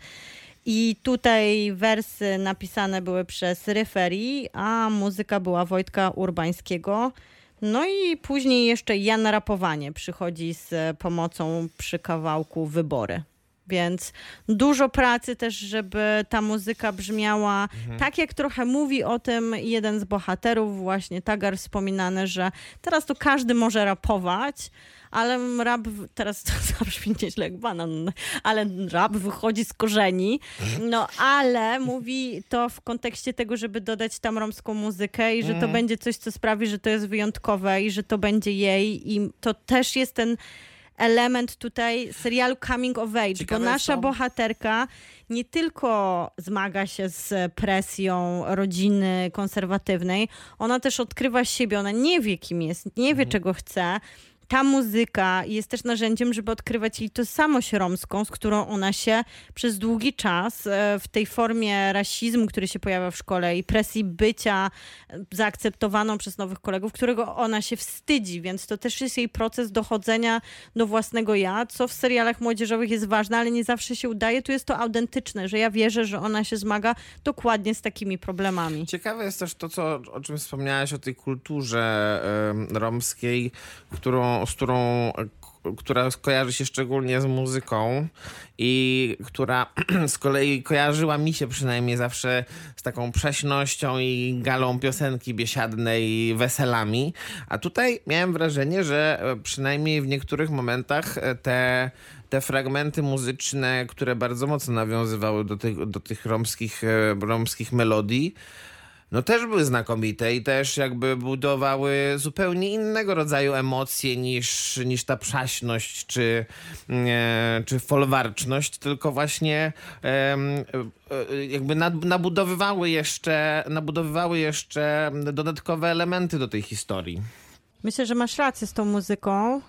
I tutaj wersy napisane były przez Ryferi, a muzyka była Wojtka Urbańskiego. No i później jeszcze Jan Rapowanie przychodzi z pomocą przy kawałku Wybory. Więc dużo pracy też, żeby ta muzyka brzmiała mhm. tak, jak trochę mówi o tym jeden z bohaterów, właśnie Tagar wspominany, że teraz to każdy może rapować, ale rap, teraz to zabrzmi nieźle jak banan, ale rap wychodzi z korzeni, no ale mówi to w kontekście tego, żeby dodać tam romską muzykę i że to mm. będzie coś, co sprawi, że to jest wyjątkowe i że to będzie jej i to też jest ten element tutaj serialu Coming of Age, Ciekawe bo nasza są... bohaterka nie tylko zmaga się z presją rodziny konserwatywnej, ona też odkrywa siebie, ona nie wie, kim jest, nie wie, mhm. czego chce. Ta muzyka jest też narzędziem, żeby odkrywać jej tożsamość romską, z którą ona się przez długi czas w tej formie rasizmu, który się pojawia w szkole i presji bycia zaakceptowaną przez nowych kolegów, którego ona się wstydzi, więc to też jest jej proces dochodzenia do własnego ja, co w serialach młodzieżowych jest ważne, ale nie zawsze się udaje. Tu jest to autentyczne, że ja wierzę, że ona się zmaga dokładnie z takimi problemami. Ciekawe jest też to, co, o czym wspomniałaś, o tej kulturze y, romskiej, którą z którą, która kojarzy się szczególnie z muzyką i która z kolei kojarzyła mi się przynajmniej zawsze z taką prześnością i galą piosenki biesiadnej, weselami. A tutaj miałem wrażenie, że przynajmniej w niektórych momentach te, te fragmenty muzyczne, które bardzo mocno nawiązywały do tych, do tych romskich, romskich melodii, no też były znakomite i też jakby budowały zupełnie innego rodzaju emocje niż, niż ta przaśność czy, e, czy folwarczność, tylko właśnie e, e, jakby nad, nabudowywały jeszcze, nabudowywały jeszcze dodatkowe elementy do tej historii. Myślę, że masz rację z tą muzyką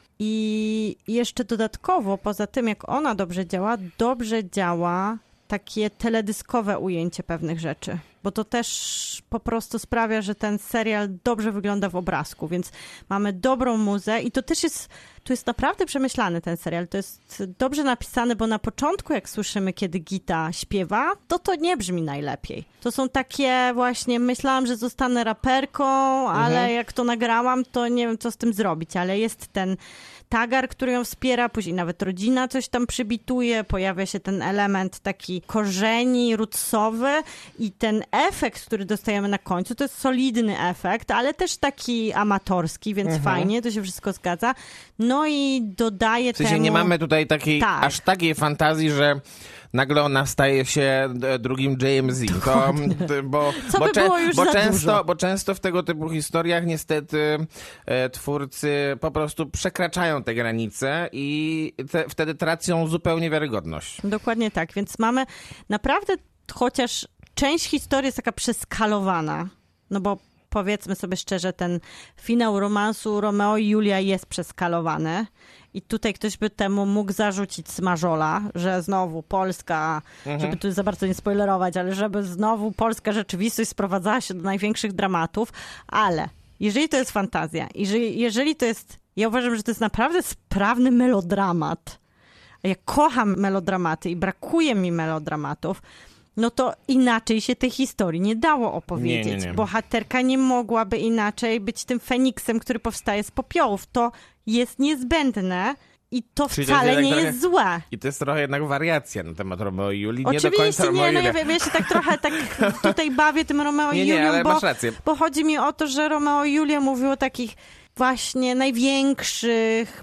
i jeszcze dodatkowo, poza tym jak ona dobrze działa, dobrze działa takie teledyskowe ujęcie pewnych rzeczy, bo to też po prostu sprawia, że ten serial dobrze wygląda w obrazku, więc mamy dobrą muzę i to też jest, tu jest naprawdę przemyślany ten serial, to jest dobrze napisane, bo na początku jak słyszymy, kiedy Gita śpiewa, to to nie brzmi najlepiej. To są takie właśnie, myślałam, że zostanę raperką, ale mhm. jak to nagrałam, to nie wiem, co z tym zrobić, ale jest ten Tagar, który ją wspiera, później nawet rodzina coś tam przybituje, pojawia się ten element taki korzeni, rootsowy i ten efekt, który dostajemy na końcu, to jest solidny efekt, ale też taki amatorski, więc mhm. fajnie, to się wszystko zgadza. No i dodaje w sensie temu... nie mamy tutaj takiej, tak. aż takiej fantazji, że nagle ona staje się drugim J M Z. To, bo, Co bo, by było już bo, za często, dużo. bo często w tego typu historiach niestety e, twórcy po prostu przekraczają te granice i te, wtedy tracą zupełnie wiarygodność. Dokładnie tak, więc mamy naprawdę, chociaż część historii jest taka przeskalowana, no bo powiedzmy sobie szczerze, ten finał romansu Romeo i Julia jest przeskalowany. I tutaj ktoś by temu mógł zarzucić smażola, że znowu Polska, mhm. żeby tu za bardzo nie spoilerować, ale żeby znowu polska rzeczywistość sprowadzała się do największych dramatów. Ale jeżeli to jest fantazja, jeżeli, jeżeli to jest, ja uważam, że to jest naprawdę sprawny melodramat, a ja kocham melodramaty i brakuje mi melodramatów, no to inaczej się tej historii nie dało opowiedzieć. Nie, nie, nie. Bohaterka nie mogłaby inaczej być tym Feniksem, który powstaje z popiołów. To jest niezbędne i to Czyli wcale to jest nie trochę, jest złe. I to jest trochę jednak wariacja na temat Romeo i Julii. Oczywiście, nie do końca Romeo nie, no Julia. ja wiem, ja się tak trochę tak tutaj bawię tym Romeo nie, i Julią, nie, ale bo, masz rację. bo chodzi mi o to, że Romeo i Julia mówiło o takich właśnie największych,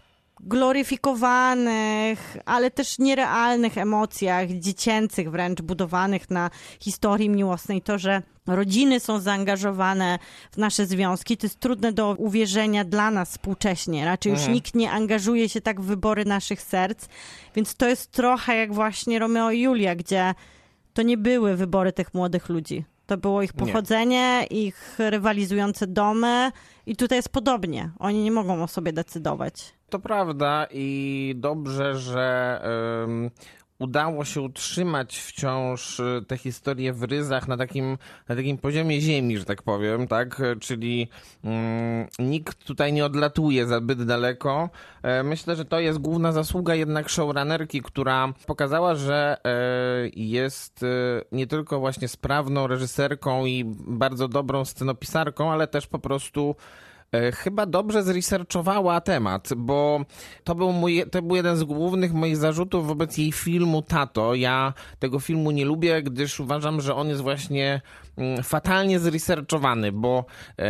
gloryfikowanych, ale też nierealnych emocjach, dziecięcych wręcz, budowanych na historii miłosnej. To, że rodziny są zaangażowane w nasze związki, to jest trudne do uwierzenia dla nas współcześnie. Raczej już mhm. nikt nie angażuje się tak w wybory naszych serc, więc to jest trochę jak właśnie Romeo i Julia, gdzie to nie były wybory tych młodych ludzi. To było ich pochodzenie, nie. ich rywalizujące domy i tutaj jest podobnie. Oni nie mogą o sobie decydować. To prawda i dobrze, że um, udało się utrzymać wciąż tę historię w ryzach na takim, na takim poziomie ziemi, że tak powiem, tak? Czyli um, nikt tutaj nie odlatuje zbyt daleko. E, myślę, że to jest główna zasługa jednak showrunnerki, która pokazała, że e, jest e, nie tylko właśnie sprawną reżyserką i bardzo dobrą scenopisarką, ale też po prostu chyba dobrze zresearchowała temat, bo to był, mój, to był jeden z głównych moich zarzutów wobec jej filmu Tato. Ja tego filmu nie lubię, gdyż uważam, że on jest właśnie fatalnie zresearchowany, bo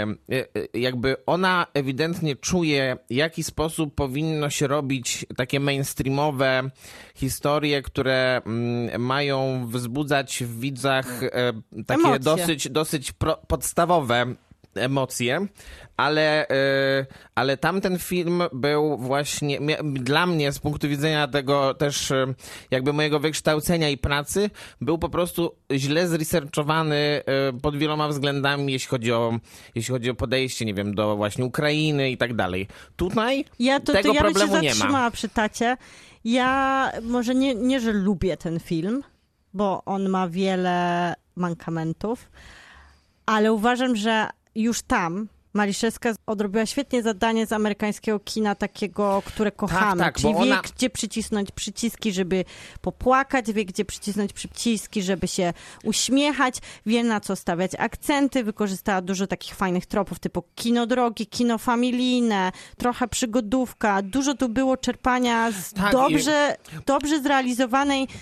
jakby ona ewidentnie czuje, w jaki sposób powinno się robić takie mainstreamowe historie, które mają wzbudzać w widzach takie Emocje. dosyć, dosyć pro, podstawowe emocje, ale, yy, ale tamten film był właśnie dla mnie z punktu widzenia tego też yy, jakby mojego wykształcenia i pracy był po prostu źle zresearchowany yy, pod wieloma względami, jeśli chodzi o, jeśli chodzi o podejście, nie wiem, do właśnie Ukrainy i tak dalej. Tutaj ja to, tego to ja problemu bym się nie zatrzymała ma. Przy Tacie. Ja może nie, nie, że lubię ten film, bo on ma wiele mankamentów, ale uważam, że już tam Maliszewska odrobiła świetnie zadanie z amerykańskiego kina takiego, które kochamy. Tak, tak, Czyli bo wie, ona... gdzie przycisnąć przyciski, żeby popłakać, wie, gdzie przycisnąć przyciski, żeby się uśmiechać, wie, na co stawiać akcenty. Wykorzystała dużo takich fajnych tropów, typu kino drogi, kino familijne, trochę przygodówka. Dużo tu było czerpania z tak, dobrze, i... dobrze zrealizowanej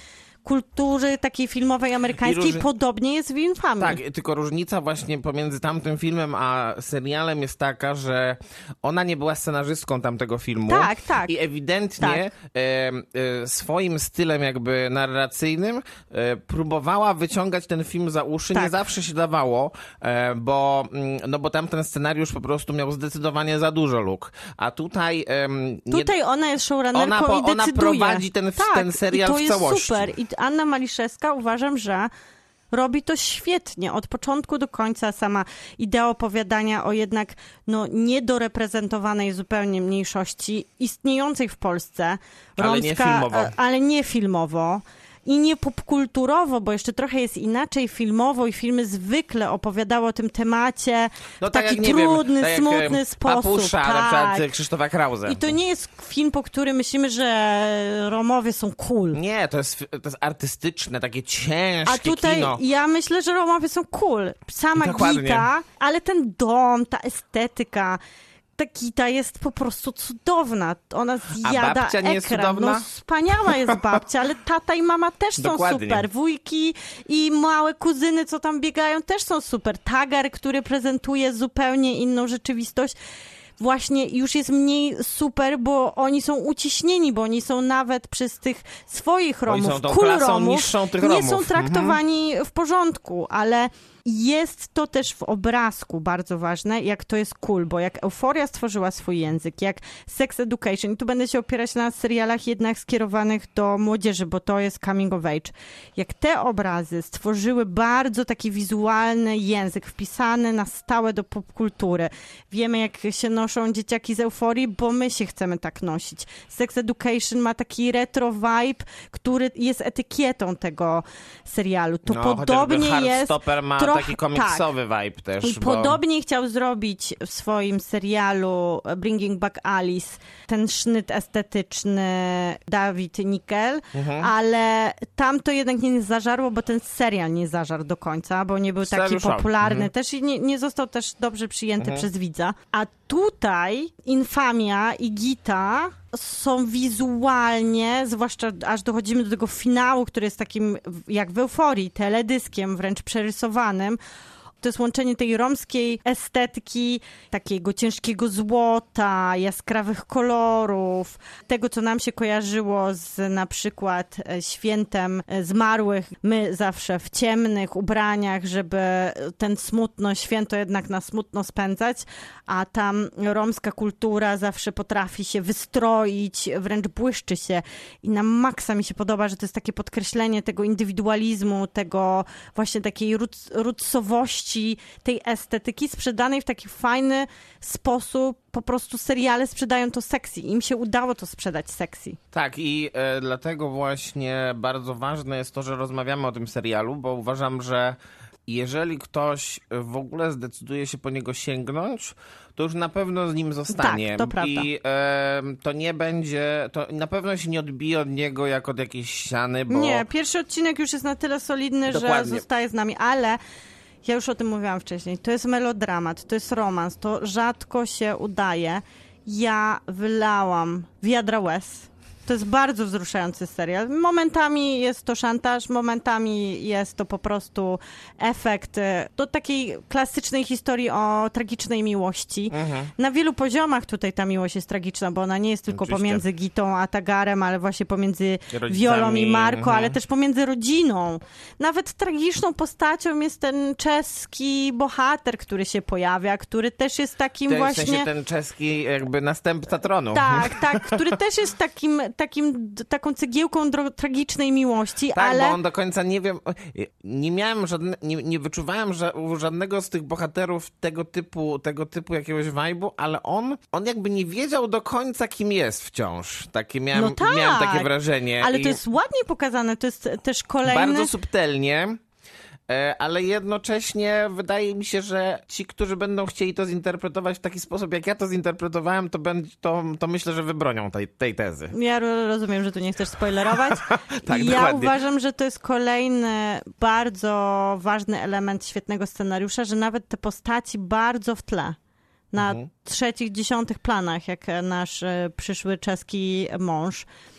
kultury takiej filmowej amerykańskiej. róż... Podobnie jest w Infamii. Tak, tylko różnica właśnie pomiędzy tamtym filmem a serialem jest taka, że ona nie była scenarzystką tamtego filmu. Tak, tak. I ewidentnie tak. E, e, swoim stylem jakby narracyjnym e, próbowała wyciągać ten film za uszy. Tak. Nie zawsze się dawało, e, bo, no bo tamten scenariusz po prostu miał zdecydowanie za dużo luk. A tutaj... E, nie... Tutaj ona jest showrunnerką ona, po, i decyduje. Ona prowadzi ten, tak, ten serial i to w jest całości. super. I Anna Maliszewska uważam, że robi to świetnie. Od początku do końca sama idea opowiadania o jednak no, niedoreprezentowanej zupełnie mniejszości istniejącej w Polsce. Romska, ale nie filmowo. Ale nie filmowo. I nie popkulturowo, bo jeszcze trochę jest inaczej filmowo i filmy zwykle opowiadały o tym temacie no, w tak taki jak, nie trudny, wiem, tak smutny jak, sposób. Papusza, tak. na przykład Krzysztofa Krause. I to nie jest film, po którym myślimy, że Romowie są cool. Nie, to jest, to jest artystyczne, takie ciężkie A tutaj kino. ja myślę, że Romowie są cool. Sama Dokładnie. Gita, ale ten dom, ta estetyka, ta Gita jest po prostu cudowna. Ona zjada A babcia nie ekran. jest cudowna? No wspaniała jest babcia, ale tata i mama też są Dokładnie. super. Wujki i małe kuzyny, co tam biegają, też są super. Tagar, który prezentuje zupełnie inną rzeczywistość, właśnie już jest mniej super, bo oni są uciśnieni, bo oni są nawet przez tych swoich Romów, Oni są tą cool klasą Romów, niższą tych nie Romów. są traktowani mhm. w porządku, ale jest to też w obrazku bardzo ważne, jak to jest cool, bo jak Euforia stworzyła swój język, jak Sex Education, i tu będę się opierać na serialach jednak skierowanych do młodzieży, bo to jest coming of age. Jak te obrazy stworzyły bardzo taki wizualny język, wpisany na stałe do popkultury. Wiemy, jak się noszą dzieciaki z Euforii, bo my się chcemy tak nosić. Sex Education ma taki retro vibe, który jest etykietą tego serialu. To no, podobnie jest... Heartstopper ma trochę, taki komiksowy tak. vibe też. I bo... podobnie chciał zrobić w swoim serialu Bringing Back Alice ten sznyt estetyczny David Nickel, mhm. ale tam to jednak nie zażarło, bo ten serial nie zażarł do końca, bo nie był taki popularny mhm. też i nie, nie został też dobrze przyjęty mhm. przez widza. A tutaj Infamia i Gita są wizualnie, zwłaszcza aż dochodzimy do tego finału, który jest takim jak w Euforii, teledyskiem wręcz przerysowanym. To jest łączenie tej romskiej estetyki, takiego ciężkiego złota, jaskrawych kolorów, tego, co nam się kojarzyło z na przykład świętem zmarłych. My zawsze w ciemnych ubraniach, żeby ten smutno święto jednak na smutno spędzać, a tam romska kultura zawsze potrafi się wystroić, wręcz błyszczy się. I na maksa mi się podoba, że to jest takie podkreślenie tego indywidualizmu, tego właśnie takiej roots-owości, tej estetyki sprzedanej w taki fajny sposób. Po prostu seriale sprzedają to sexy. Im się udało to sprzedać sexy. Tak i e, dlatego właśnie bardzo ważne jest to, że rozmawiamy o tym serialu, bo uważam, że jeżeli ktoś w ogóle zdecyduje się po niego sięgnąć, to już na pewno z nim zostanie. Tak, to prawda. I e, to nie będzie, to na pewno się nie odbije od niego jak od jakiejś ściany, bo... Nie, pierwszy odcinek już jest na tyle solidny, Dokładnie. że zostaje z nami, ale ja już o tym mówiłam wcześniej. To jest melodramat, to jest romans, to rzadko się udaje. Ja wylałam wiadra łez. To jest bardzo wzruszający serial. Momentami jest to szantaż, momentami jest to po prostu efekt do takiej klasycznej historii o tragicznej miłości. Mhm. Na wielu poziomach tutaj ta miłość jest tragiczna, bo ona nie jest tylko Oczywiście. pomiędzy Gitą a Tagarem, ale właśnie pomiędzy Rodzicami. Wiolą i Marco, mhm. ale też pomiędzy rodziną. Nawet tragiczną postacią jest ten czeski bohater, który się pojawia, który też jest takim to właśnie... W sensie ten czeski jakby następca tronu. Tak, tak, który też jest takim takim, taką cegiełką dro- tragicznej miłości, tak, ale... bo on do końca nie wiem, nie miałem żadne, nie, nie wyczuwałem że u żadnego z tych bohaterów tego typu, tego typu jakiegoś vibe'u, ale on, on jakby nie wiedział do końca, kim jest wciąż. Takie miałem, no tak, miałem takie wrażenie. Ale I to jest ładnie pokazane, to jest też kolejny... Bardzo subtelnie. Ale jednocześnie wydaje mi się, że ci, którzy będą chcieli to zinterpretować w taki sposób, jak ja to zinterpretowałem, to, będzie, to, to myślę, że wybronią tej, tej tezy. Ja rozumiem, że tu nie chcesz spoilerować. tak, ja dokładnie. uważam, że to jest kolejny bardzo ważny element świetnego scenariusza, że nawet te postaci bardzo w tle, na mhm. trzecich, dziesiątych planach, jak nasz przyszły czeski mąż,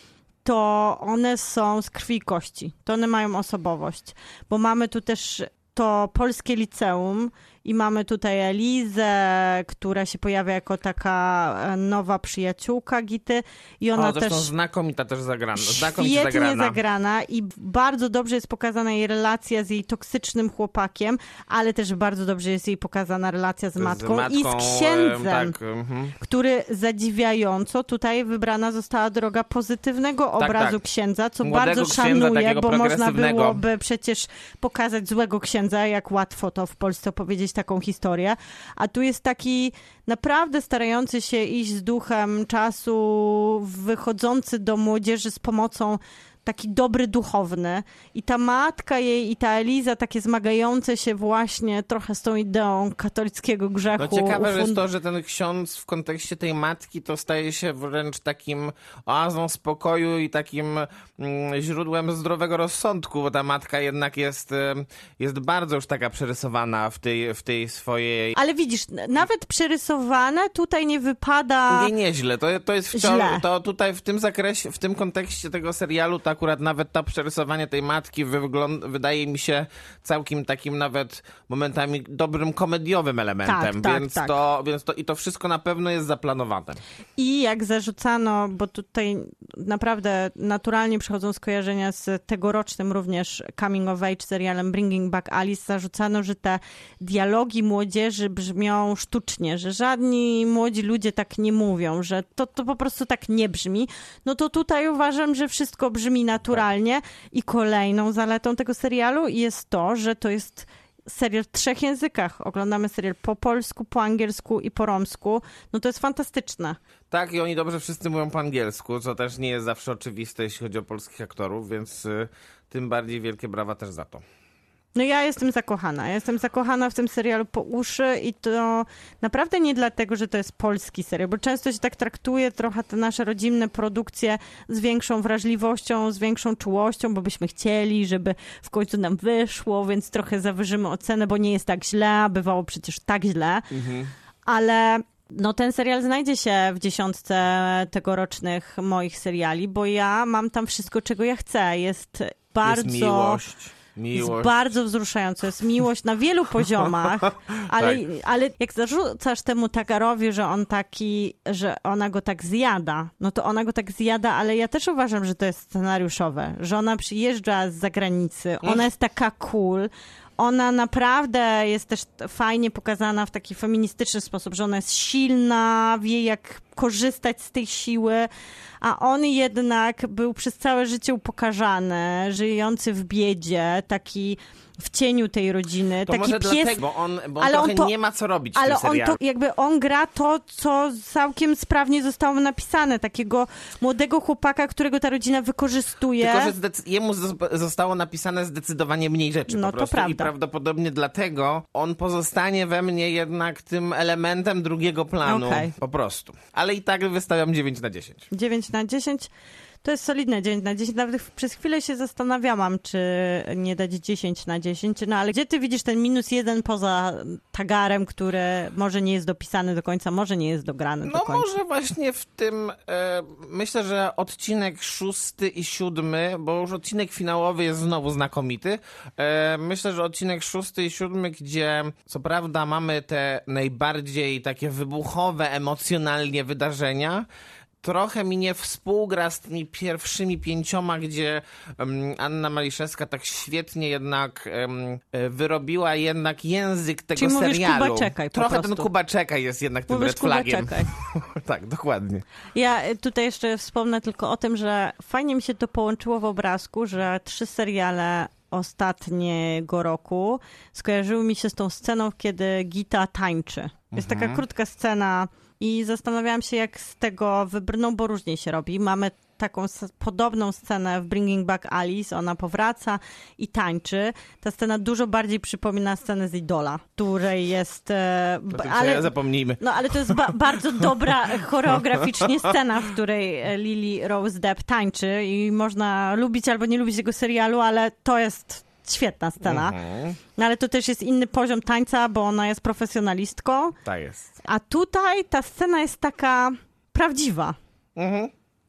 to one są z krwi i kości. To one mają osobowość. Bo mamy tu też to polskie liceum i mamy tutaj Elizę, która się pojawia jako taka nowa przyjaciółka Gity i ona o, też znakomita też zagrana. Znakomicie świetnie zagrana. zagrana i bardzo dobrze jest pokazana jej relacja z jej toksycznym chłopakiem, ale też bardzo dobrze jest jej pokazana relacja z matką, z matką i z księdzem, tak, mhm. który zadziwiająco tutaj wybrana została droga pozytywnego obrazu tak. księdza, co Młodego bardzo księdza, szanuję, bo można progresywnego. byłoby przecież pokazać złego księdza, jak łatwo to w Polsce opowiedzieć taką historię, a tu jest taki naprawdę starający się iść z duchem czasu, wychodzący do młodzieży z pomocą, taki dobry duchowny. I ta matka jej i ta Eliza takie zmagające się właśnie trochę z tą ideą katolickiego grzechu. No ciekawe ufund- jest to, że ten ksiądz w kontekście tej matki to staje się wręcz takim oazą spokoju i takim mm, źródłem zdrowego rozsądku, bo ta matka jednak jest, em, jest bardzo już taka przerysowana w tej, w tej swojej... Ale widzisz, nawet przerysowane tutaj nie wypada... Nie, nieźle. To, to jest wciąż... Źle. To tutaj w tym zakresie, w tym kontekście tego serialu to akurat nawet to przerysowanie tej matki wygląda, wydaje mi się całkiem takim nawet momentami dobrym komediowym elementem, Tak, tak, więc, tak. To, więc to i to wszystko na pewno jest zaplanowane. I jak zarzucano, bo tutaj naprawdę naturalnie przychodzą skojarzenia z tegorocznym również coming of age serialem Bringing Back Alice, zarzucano, że te dialogi młodzieży brzmią sztucznie, że żadni młodzi ludzie tak nie mówią, że to, to po prostu tak nie brzmi. No to tutaj uważam, że wszystko brzmi naturalnie i kolejną zaletą tego serialu jest to, że to jest serial w trzech językach. Oglądamy serial po polsku, po angielsku i po romsku. No to jest fantastyczne. Tak, i oni dobrze wszyscy mówią po angielsku, co też nie jest zawsze oczywiste, jeśli chodzi o polskich aktorów, więc y, tym bardziej wielkie brawa też za to. No ja jestem zakochana. Ja jestem zakochana w tym serialu po uszy i to naprawdę nie dlatego, że to jest polski serial, bo często się tak traktuje trochę te nasze rodzinne produkcje z większą wrażliwością, z większą czułością, bo byśmy chcieli, żeby w końcu nam wyszło, więc trochę zawyżymy ocenę, bo nie jest tak źle, a bywało przecież tak źle. Mhm. Ale no ten serial znajdzie się w dziesiątce tegorocznych moich seriali, bo ja mam tam wszystko, czego ja chcę. Jest bardzo... Jest miłość. Miłość. Jest bardzo wzruszające. Jest miłość na wielu poziomach, ale, tak. ale jak zarzucasz temu Tagarowi, że on taki, że ona go tak zjada, no to ona go tak zjada, ale ja też uważam, że to jest scenariuszowe, że ona przyjeżdża z zagranicy, ona jest taka cool, ona naprawdę jest też fajnie pokazana w taki feministyczny sposób, że ona jest silna, wie jak korzystać z tej siły, a on jednak był przez całe życie upokarzany, żyjący w biedzie, taki w cieniu tej rodziny. To taki może pies, dlatego, bo on, bo on ale trochę on to, nie ma co robić w ale tym on serialu. to, jakby on gra to, co całkiem sprawnie zostało napisane. Takiego młodego chłopaka, którego ta rodzina wykorzystuje. Tylko, że zdecy- jemu z- zostało napisane zdecydowanie mniej rzeczy No po to prostu. prawda. I prawdopodobnie dlatego on pozostanie we mnie jednak tym elementem drugiego planu. Okej. Po prostu. Ale i tak wystawiam dziewięć na dziesięć. dziewięć na dziesięć to jest solidne dziewięć na dziesięć. Nawet przez chwilę się zastanawiałam, czy nie dać dziesięć na dziesięć. No ale gdzie ty widzisz ten minus jeden poza Tagarem, który może nie jest dopisany do końca, może nie jest dograny No do końca? może właśnie w tym, e, myślę, że odcinek szósty i siódmy, bo już odcinek finałowy jest znowu znakomity. E, myślę, że odcinek szósty i siódmy, gdzie co prawda mamy te najbardziej takie wybuchowe emocjonalnie wydarzenia, trochę mi nie współgra z tymi pierwszymi pięcioma, gdzie um, Anna Maliszewska tak świetnie jednak um, wyrobiła jednak język tego Czyli mówisz, serialu. Kuba, czekaj po Trochę prostu. ten Kuba czekaj jest jednak tym Mówisz, red Kuba, flagiem. czekaj. Tak, dokładnie. Ja tutaj jeszcze wspomnę tylko o tym, że fajnie mi się to połączyło w obrazku, że trzy seriale ostatniego roku skojarzyły mi się z tą sceną, kiedy Gita tańczy. Jest Mhm. taka krótka scena i zastanawiałam się, jak z tego wybrną, bo różnie się robi. Mamy taką s- podobną scenę w Bringing Back Alice. Ona powraca i tańczy. Ta scena dużo bardziej przypomina scenę z Idola, której jest... E, O b- tym ale, ale... zapomnijmy. no ale to jest ba- bardzo dobra choreograficznie scena, w której e, Lily Rose Depp tańczy i można lubić albo nie lubić tego serialu, ale to jest świetna scena. Mhm. No ale to też jest inny poziom tańca, bo ona jest profesjonalistką. Tak jest. A tutaj ta scena jest taka prawdziwa. Mhm.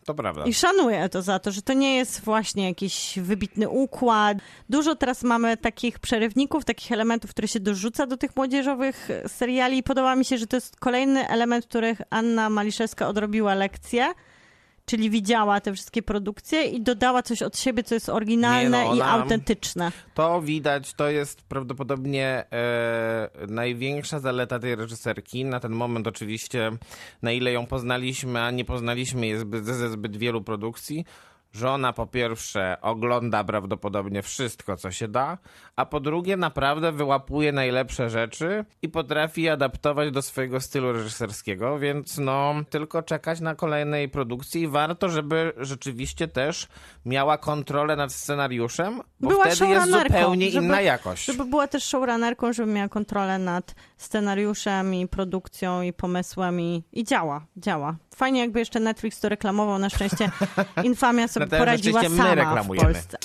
To prawda. I szanuję to za to, że to nie jest właśnie jakiś wybitny układ. Dużo teraz mamy takich przerywników, takich elementów, które się dorzuca do tych młodzieżowych seriali i podoba mi się, że to jest kolejny element, w których Anna Maliszewska odrobiła lekcję, czyli widziała te wszystkie produkcje i dodała coś od siebie, co jest oryginalne Nie no, i ona- autentyczne. To widać, to jest prawdopodobnie e, największa zaleta tej reżyserki. Na ten moment oczywiście, na ile ją poznaliśmy, a nie poznaliśmy je zbyt, ze zbyt wielu produkcji, że ona po pierwsze ogląda prawdopodobnie wszystko, co się da, a po drugie naprawdę wyłapuje najlepsze rzeczy i potrafi adaptować do swojego stylu reżyserskiego, więc no tylko czekać na kolejnej produkcji i warto, żeby rzeczywiście też miała kontrolę nad scenariuszem, bo Była wtedy jest showrunnerką, zupełnie żeby- inna jakość. Żeby była też showrunnerką, żeby miała kontrolę nad scenariuszem i produkcją i pomysłem i, i działa, działa. Fajnie jakby jeszcze Netflix to reklamował, na szczęście Infamia sobie Na całe poradziła szczęście my sama w reklamujemy. Polsce.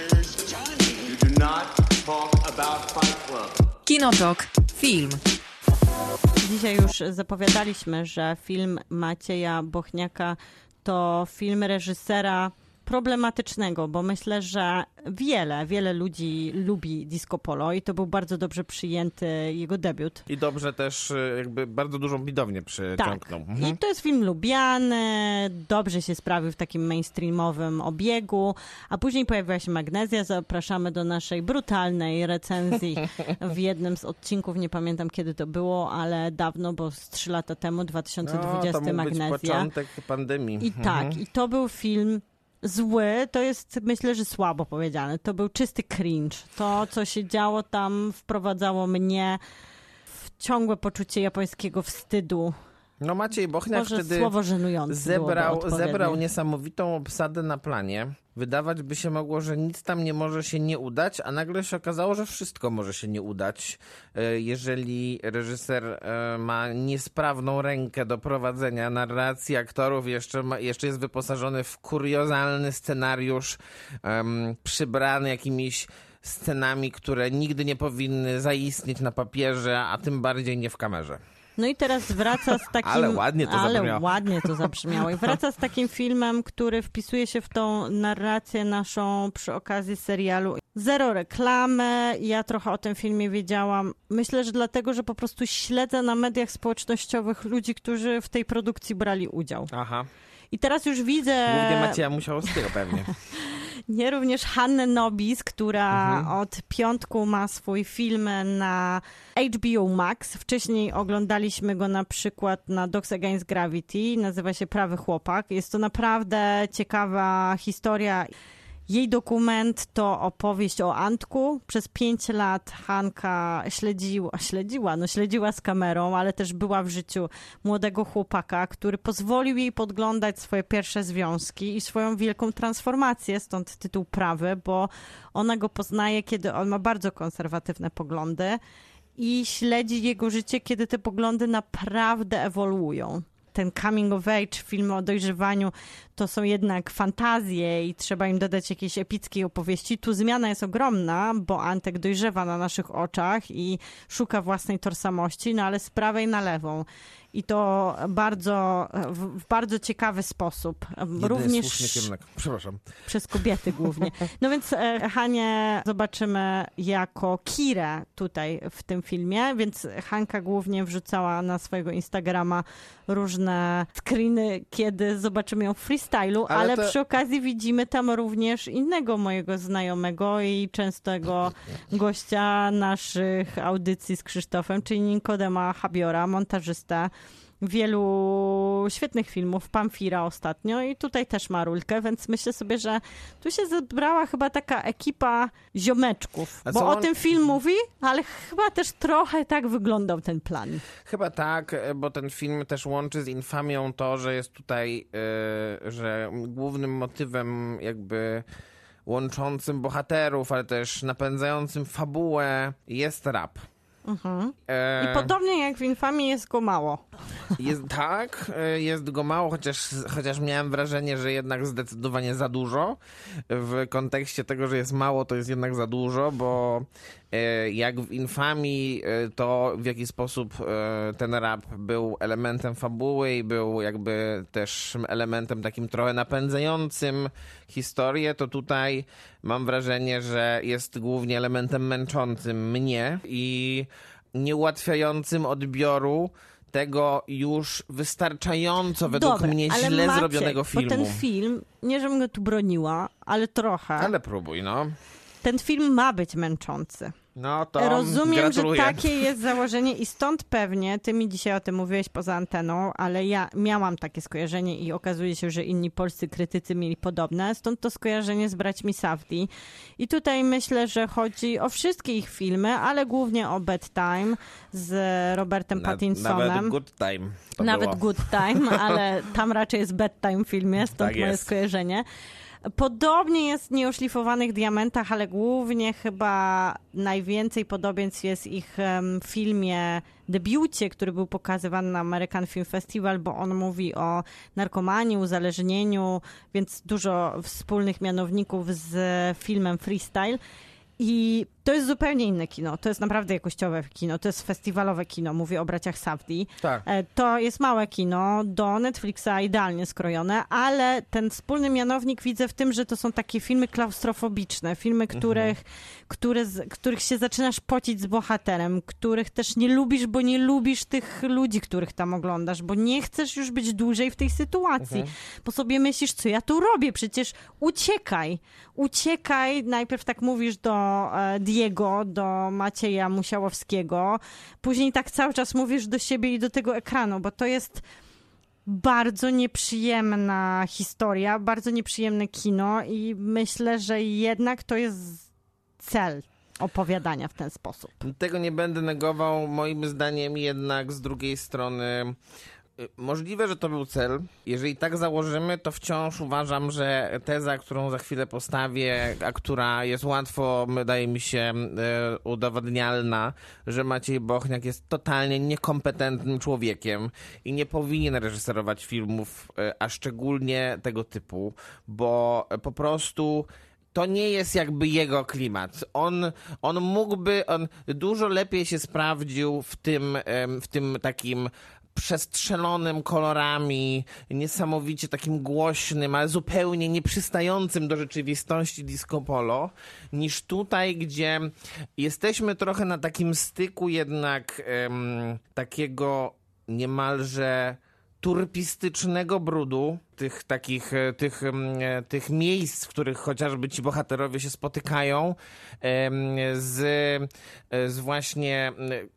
You do not talk about Fight Club. Kinotok. Film. Dzisiaj już zapowiadaliśmy, że film Macieja Bochniaka to film reżysera problematycznego, bo myślę, że wiele, wiele ludzi lubi disco polo i to był bardzo dobrze przyjęty jego debiut. I dobrze też e, jakby bardzo dużą widownię przyciągnął. Tak. Mhm. I to jest film lubiany, dobrze się sprawił w takim mainstreamowym obiegu, a później pojawiła się Magnezja. Zapraszamy do naszej brutalnej recenzji w jednym z odcinków, nie pamiętam kiedy to było, ale dawno, bo z trzy lata temu, dwa tysiące dwudziesty No, to mógł być Magnezja. początek pandemii. I tak, i to był film zły, to jest myślę, że słabo powiedziane. To był czysty cringe. To, co się działo tam, wprowadzało mnie w ciągłe poczucie japońskiego wstydu. No Maciej Bochniak Może wtedy słowo żenujący zebrał, byłoby zebrał odpowiednie. niesamowitą obsadę na planie. Wydawać by się mogło, że nic tam nie może się nie udać, a nagle się okazało, że wszystko może się nie udać. E, Jeżeli reżyser e, ma niesprawną rękę do prowadzenia narracji aktorów, jeszcze, ma, jeszcze jest wyposażony w kuriozalny scenariusz, em, przybrany jakimiś scenami, które nigdy nie powinny zaistnieć na papierze, a tym bardziej nie w kamerze. No i teraz wraca z takim... Ale ładnie to ale zabrzmiało. ładnie to zabrzmiało. I wraca z takim filmem, który wpisuje się w tą narrację naszą przy okazji serialu. Zero reklamy. Ja trochę o tym filmie wiedziałam. Myślę, że dlatego, że po prostu śledzę na mediach społecznościowych ludzi, którzy w tej produkcji brali udział. Aha. I teraz już widzę... Głównie Macieja Musiałowskiego pewnie. Nie, również Hannę Nobis, która Mhm. od piątku ma swój film na H B O Max. Wcześniej oglądaliśmy go na przykład na Dogs Against Gravity. Nazywa się Prawy Chłopak. Jest to naprawdę ciekawa historia. Jej dokument to opowieść o Antku. Przez pięć lat Hanka śledziła, śledziła, no śledziła z kamerą, ale też była w życiu młodego chłopaka, który pozwolił jej podglądać swoje pierwsze związki i swoją wielką transformację, stąd tytuł Prawy, bo ona go poznaje, kiedy on ma bardzo konserwatywne poglądy i śledzi jego życie, kiedy te poglądy naprawdę ewoluują. Ten coming of age, film o dojrzewaniu, to są jednak fantazje i trzeba im dodać jakiejś epickiej opowieści. Tu zmiana jest ogromna, bo Antek dojrzewa na naszych oczach i szuka własnej tożsamości, no ale z prawej na lewą. I to bardzo, w, w bardzo ciekawy sposób. Jedyny Również słuszny kierunek. Przepraszam. przez kobiety głównie. No więc e, Hanię zobaczymy jako Kirę tutaj w tym filmie, więc Hanka głównie wrzucała na swojego Instagrama różne screeny, kiedy zobaczymy ją w freestylu, ale, Ale to- przy okazji widzimy tam również innego mojego znajomego i częstego gościa naszych audycji z Krzysztofem, czyli Nikodema Habiora, montażystę wielu świetnych filmów, Pamfira ostatnio i tutaj też ma rulkę, więc myślę sobie, że tu się zebrała chyba taka ekipa ziomeczków, A bo co o on- tym film mówi, ale chyba też trochę tak wyglądał ten plan. Chyba tak, e, bo ten film też łączy z Infamią to, że jest tutaj, e, że głównym motywem jakby łączącym bohaterów, ale też napędzającym fabułę jest rap. Mhm. E, I podobnie jak w Infamii jest go mało. Jest, tak, e, jest go mało, chociaż, chociaż miałem wrażenie, że jednak zdecydowanie za dużo. W kontekście tego, że jest mało, to jest jednak za dużo, bo e, jak w Infamii, e, to w jaki sposób e, ten rap był elementem fabuły i był jakby też elementem takim trochę napędzającym historię, to tutaj mam wrażenie, że jest głównie elementem męczącym mnie i nieułatwiającym odbioru tego już wystarczająco według Dobra, mnie ale źle Maciek, zrobionego filmu. Bo ten film, nie żebym go tu broniła, ale trochę, Ale próbuj, no. ten film ma być męczący. No to Rozumiem, gratuluję. że takie jest założenie i stąd pewnie, ty mi dzisiaj o tym mówiłeś poza anteną, ale ja miałam takie skojarzenie i okazuje się, że inni polscy krytycy mieli podobne, stąd to skojarzenie z braćmi Safdie. I tutaj myślę, że chodzi o wszystkie ich filmy, ale głównie o Bad Time z Robertem Na, Pattinsonem. Nawet Good Time to Nawet było. Good Time, ale tam raczej jest Bad Time w filmie, stąd Tak moje jest. skojarzenie. Podobnie jest w Nieoszlifowanych Diamentach, ale głównie chyba najwięcej podobieństw jest ich um, filmie debiucie, który był pokazywany na American Film Festival, bo on mówi o narkomanii, uzależnieniu, więc dużo wspólnych mianowników z filmem Freestyle. I to jest zupełnie inne kino. To jest naprawdę jakościowe kino. To jest festiwalowe kino. Mówię o braciach Safdie. Tak. E, To jest małe kino, do Netflixa idealnie skrojone, ale ten wspólny mianownik widzę w tym, że to są takie filmy klaustrofobiczne. Filmy, których, które z, których się zaczynasz pocić z bohaterem, których też nie lubisz, bo nie lubisz tych ludzi, których tam oglądasz, bo nie chcesz już być dłużej w tej sytuacji. Bo sobie myślisz, co ja tu robię? Przecież uciekaj. Uciekaj. Najpierw tak mówisz do e, Diego, do Macieja Musiałowskiego. Później tak cały czas mówisz do siebie i do tego ekranu, bo to jest bardzo nieprzyjemna historia, bardzo nieprzyjemne kino i myślę, że jednak to jest cel opowiadania w ten sposób. Tego nie będę negował. Moim zdaniem jednak z drugiej strony y, możliwe, że to był cel. Jeżeli tak założymy, to wciąż uważam, że teza, którą za chwilę postawię, a która jest łatwo, wydaje mi się, y, udowadnialna, że Maciej Bochniak jest totalnie niekompetentnym człowiekiem i nie powinien reżyserować filmów, y, a szczególnie tego typu, bo po prostu to nie jest jakby jego klimat. On, on mógłby, on dużo lepiej się sprawdził w tym, em, w tym takim przestrzelonym kolorami, niesamowicie takim głośnym, ale zupełnie nieprzystającym do rzeczywistości disco polo, niż tutaj, gdzie jesteśmy trochę na takim styku jednak em, takiego niemalże turpistycznego brudu, tych takich, tych, tych miejsc, w których chociażby ci bohaterowie się spotykają, z, z właśnie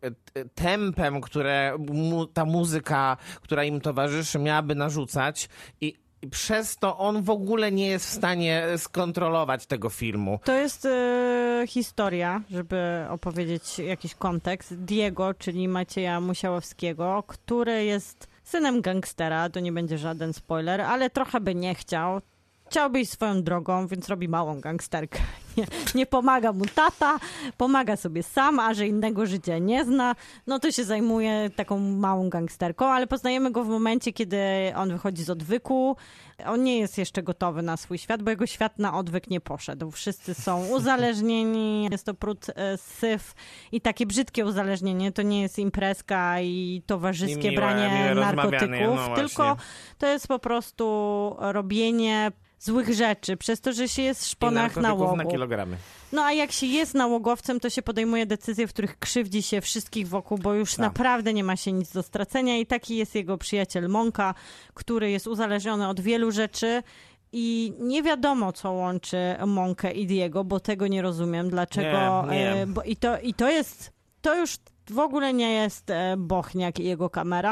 tempem, które mu, ta muzyka, która im towarzyszy, miałaby narzucać i I przez to on w ogóle nie jest w stanie skontrolować tego filmu. To jest e, historia, żeby opowiedzieć jakiś kontekst. Diego, czyli Macieja Musiałowskiego, który jest synem gangstera, to nie będzie żaden spoiler, ale trochę by nie chciał. Chciałby iść swoją drogą, więc robi małą gangsterkę. Nie, nie pomaga mu tata, pomaga sobie sam, a że innego życia nie zna, no to się zajmuje taką małą gangsterką, ale poznajemy go w momencie, kiedy on wychodzi z odwyku. On nie jest jeszcze gotowy na swój świat, bo jego świat na odwyk nie poszedł. Wszyscy są uzależnieni, jest to prut e, syf i takie brzydkie uzależnienie. To nie jest imprezka i towarzyskie I miłe, branie miłe narkotyków, rozmawianie, no właśnie. tylko to jest po prostu robienie złych rzeczy, przez to, że się jest w szponach nałogu. na kilogramy. No a jak się jest nałogowcem, to się podejmuje decyzje, w których krzywdzi się wszystkich wokół, bo już Tak. naprawdę nie ma się nic do stracenia i taki jest jego przyjaciel Monka, który jest uzależniony od wielu rzeczy i nie wiadomo, co łączy Monkę i Diego, bo tego nie rozumiem, dlaczego... Nie, nie. e, Bo, i, to, I to jest... To już w ogóle nie jest e, Bochniak i jego kamera,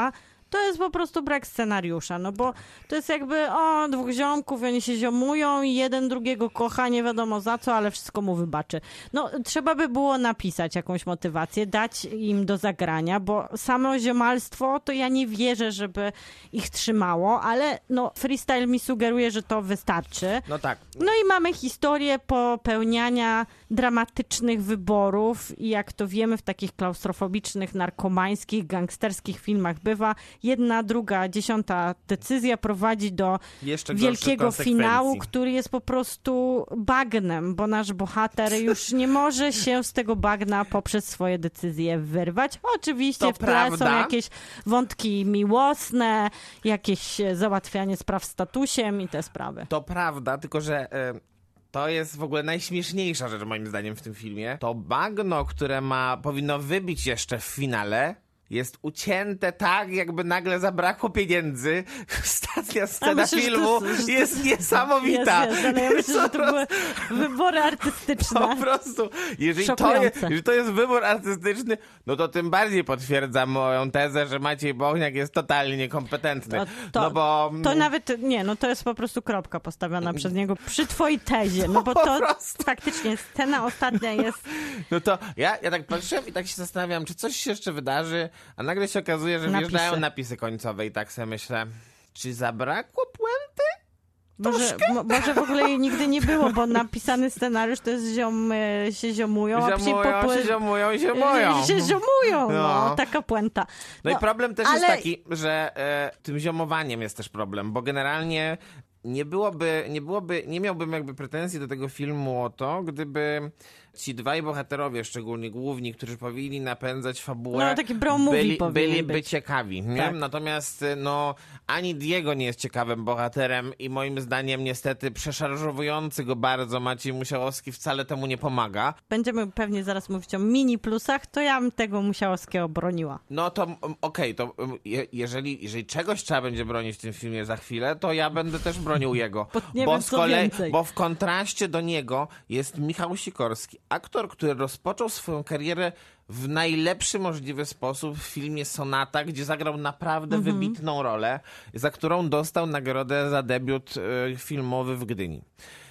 To jest po prostu brak scenariusza, no bo to jest jakby, o, dwóch ziomków, oni się ziomują i jeden drugiego kocha, nie wiadomo za co, ale wszystko mu wybaczy. No, trzeba by było napisać jakąś motywację, dać im do zagrania, bo samo ziomalstwo, to ja nie wierzę, żeby ich trzymało, ale no, freestyle mi sugeruje, że to wystarczy. No tak. No i mamy historię popełniania dramatycznych wyborów i jak to wiemy w takich klaustrofobicznych, narkomańskich, gangsterskich filmach bywa, jedna, druga, dziesiąta decyzja prowadzi do Jeszcze gorszych wielkiego konsekwencji. finału, który jest po prostu bagnem, bo nasz bohater już nie może się z tego bagna poprzez swoje decyzje wyrwać. Oczywiście To w tle są prawda. jakieś wątki miłosne, jakieś załatwianie spraw statusiem i te sprawy. To prawda, tylko że e, to jest w ogóle najśmieszniejsza rzecz moim zdaniem w tym filmie. To bagno, które ma powinno wybić jeszcze w finale, jest ucięte tak, jakby nagle zabrakło pieniędzy. Ostatnia scena myślę, że to filmu jest- że to- jest niesamowita. Jest, jest, ale ja myślę, że to były wybory artystyczne. Po prostu, jeżeli to, Szokujące. jest, jeżeli to jest wybór artystyczny, no to tym bardziej potwierdza moją tezę, że Maciej Bochniak jest totalnie niekompetentny. To, to, no bo... to nawet, nie, no to jest po prostu kropka postawiona przez niego przy twojej tezie, no bo Po to prostu. faktycznie scena ostatnia jest... No to ja, ja tak patrzyłem i tak się zastanawiam, czy coś się jeszcze wydarzy, a nagle się okazuje, że Napisy. wjeżdżają napisy końcowe i tak sobie myślę, czy zabrakło puenty? Może, mo, może w ogóle jej nigdy nie było, bo napisany scenariusz to jest ziom, e, się ziomują, a później Ziomują popły- się, ziomują, ziomują. e, się ziomują, no, No. taka puenta. No, i problem też jest ale- taki, że e, tym ziomowaniem jest też problem, bo generalnie nie byłoby, nie byłoby, nie miałbym jakby pretensji do tego filmu o to, gdyby ci dwaj bohaterowie, szczególnie główni, którzy powinni napędzać fabułę, No, taki bro movie byli, powinien byliby być. ciekawi. Nie? Tak. Natomiast no, ani Diego nie jest ciekawym bohaterem i moim zdaniem niestety przeszarżowujący go bardzo Maciej Musiałowski wcale temu nie pomaga. Będziemy pewnie zaraz mówić o mini plusach, to ja bym tego Musiałowskiego broniła. No to mm, okej, to mm, je, jeżeli, jeżeli czegoś trzeba będzie bronić w tym filmie za chwilę, to ja będę też bronił jego. Bo nie bo, wiem, z co kolei, więcej. bo w kontraście do niego jest Michał Sikorski, aktor, który rozpoczął swoją karierę w najlepszy możliwy sposób w filmie Sonata, gdzie zagrał naprawdę Mhm. wybitną rolę, za którą dostał nagrodę za debiut y, filmowy w Gdyni.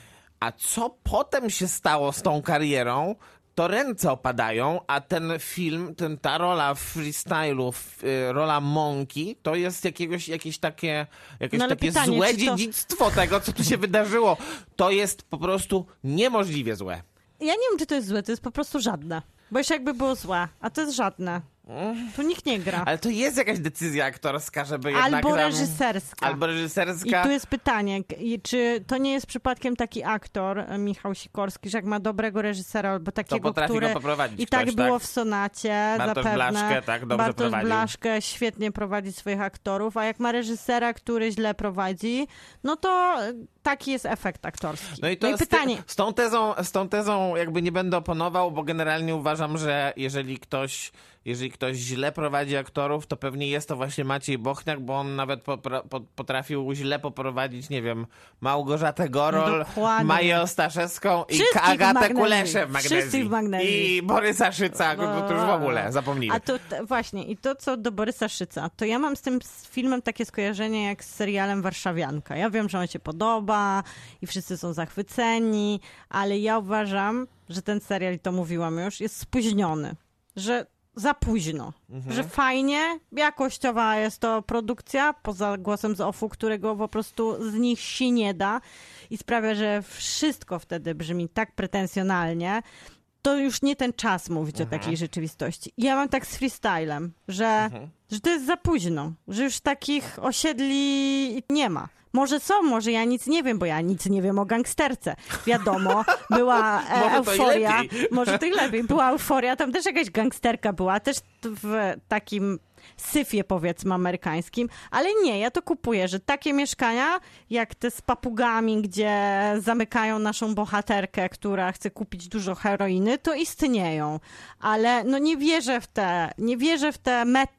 A co potem się stało z tą karierą, to ręce opadają, a ten film, ten, ta rola w freestylu, w, y, rola Monkey, to jest jakiegoś, jakieś takie, jakieś No ale takie pytanie, złe czy to- dziedzictwo tego, co tu się wydarzyło. To jest po prostu niemożliwie złe. Ja nie wiem, czy to jest złe, to jest po prostu żadne. Bo już jakby było złe, a to jest żadne. Tu nikt nie gra. Ale to jest jakaś decyzja aktorska, żeby jednak... Albo tam- reżyserska. Albo I reżyserska. tu jest pytanie, k- i czy to nie jest przypadkiem taki aktor, e, Michał Sikorski, że jak ma dobrego reżysera albo takiego, potrafi który... go poprowadzić I tak ktoś, było tak? w Sonacie, Bartosz zapewne. Blaszkę, tak, dobrze Bartosz prowadził. Blaszkę świetnie prowadzi swoich aktorów, a jak ma reżysera, który źle prowadzi, no to e, taki jest efekt aktorski. No i to z, pytanie, ty, z, tą tezą, z tą tezą jakby nie będę oponował, bo generalnie uważam, że jeżeli ktoś, jeżeli ktoś źle prowadzi aktorów, to pewnie jest to właśnie Maciej Bochniak, bo on nawet popra- po, potrafił źle poprowadzić, nie wiem, Małgorzatę Gorol, Dokładnie. Maję Ostaszewską i Wszystkich w Agatę Magnezji. Kuleszę w Wszystkich Magnezji. w Magnezji. I Borysa Szyca, no, to już w ogóle zapomnijmy. A to t- właśnie, i to co do Borysa Szyca, to ja mam z tym s- filmem takie skojarzenie jak z serialem Warszawianka. Ja wiem, że on się podoba i wszyscy są zachwyceni, ale ja uważam, że ten serial, i to mówiłam już, jest spóźniony. Że za późno. Mhm. Że fajnie, jakościowa jest to produkcja, poza głosem z offu, którego po prostu z nich się nie da i sprawia, że wszystko wtedy brzmi tak pretensjonalnie, to już nie ten czas mówić Mhm. o takiej rzeczywistości. Ja mam tak z freestylem, że, Mhm. że to jest za późno, że już takich osiedli nie ma. Może są, może ja nic nie wiem, bo ja nic nie wiem o gangsterce. Wiadomo, była e, Może to i euforia. lepiej. Może to i lepiej. Była euforia, tam też jakaś gangsterka była, też w takim syfie, powiedzmy, amerykańskim, ale nie, ja to kupuję, że takie mieszkania, jak te z papugami, gdzie zamykają naszą bohaterkę, która chce kupić dużo heroiny, to istnieją, ale no nie wierzę w te, nie wierzę w te mety,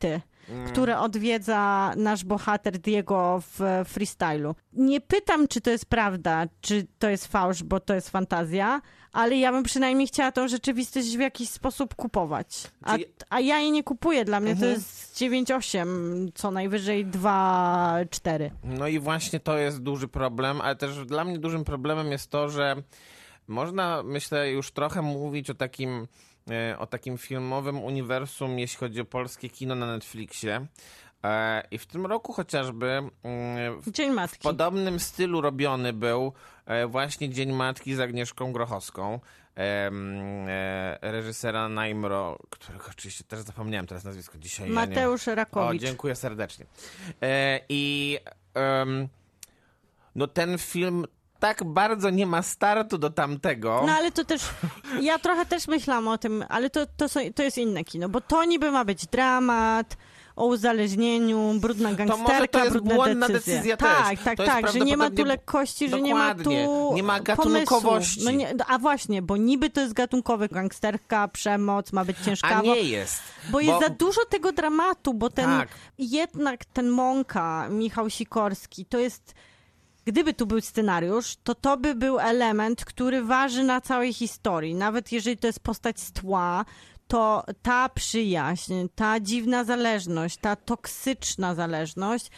które odwiedza nasz bohater Diego w freestylu. Nie pytam, czy to jest prawda, czy to jest fałsz, bo to jest fantazja, ale ja bym przynajmniej chciała tą rzeczywistość w jakiś sposób kupować. A, Czyli- a ja jej nie kupuję. Dla mnie Mhm. to jest dziewięć osiem, co najwyżej dwa cztery. No i właśnie to jest duży problem, ale też dla mnie dużym problemem jest to, że można, myślę, już trochę mówić o takim, e, o takim filmowym uniwersum, jeśli chodzi o polskie kino na Netflixie. E, I w tym roku chociażby mm, w Dzień Matki. w podobnym stylu robiony był e, właśnie Dzień Matki z Agnieszką Grochowską, e, mm, e, reżysera Najmro, którego oczywiście też zapomniałem teraz nazwisko dzisiaj. ja nie- Mateusz O, Rakowicz. dziękuję serdecznie. E, I em, no ten film tak bardzo nie ma startu do tamtego. No ale to też, ja trochę też myślałam o tym, ale to, to, są, to jest inne kino, bo to niby ma być dramat o uzależnieniu, brudna gangsterka, może to jest brudne błędna decyzje. decyzja tak, też. tak, To jest tak, że nie ma tu prawdopodobnie- lekkości, że Dokładnie. nie ma tu Nie ma pomysłu. gatunkowości. No nie, a właśnie, bo niby to jest gatunkowy gangsterka, przemoc, ma być A ciężkawo. nie jest. Bo jest za dużo tego dramatu, bo ten Tak. jednak ten Mąka, Michał Sikorski, to jest, gdyby tu był scenariusz, to to by był element, który waży na całej historii. Nawet jeżeli to jest postać z tła, to ta przyjaźń, ta dziwna zależność, ta toksyczna zależność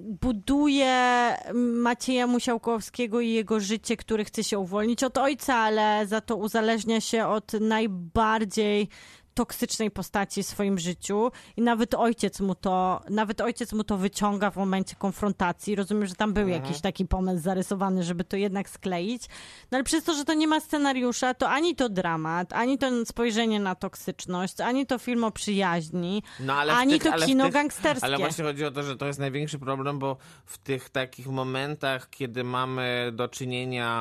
buduje Macieja Musiałkowskiego i jego życie, który chce się uwolnić od ojca, ale za to uzależnia się od najbardziej toksycznej postaci w swoim życiu i nawet ojciec mu to, nawet ojciec mu to wyciąga w momencie konfrontacji. Rozumiem, że tam był Mhm. jakiś taki pomysł zarysowany, żeby to jednak skleić. No ale przez to, że to nie ma scenariusza, to ani to dramat, ani to spojrzenie na toksyczność, ani to film o przyjaźni, No, ale w ani tych- to ale w kino tych- gangsterskie. Ale właśnie chodzi o to, że to jest największy problem, bo w tych takich momentach, kiedy mamy do czynienia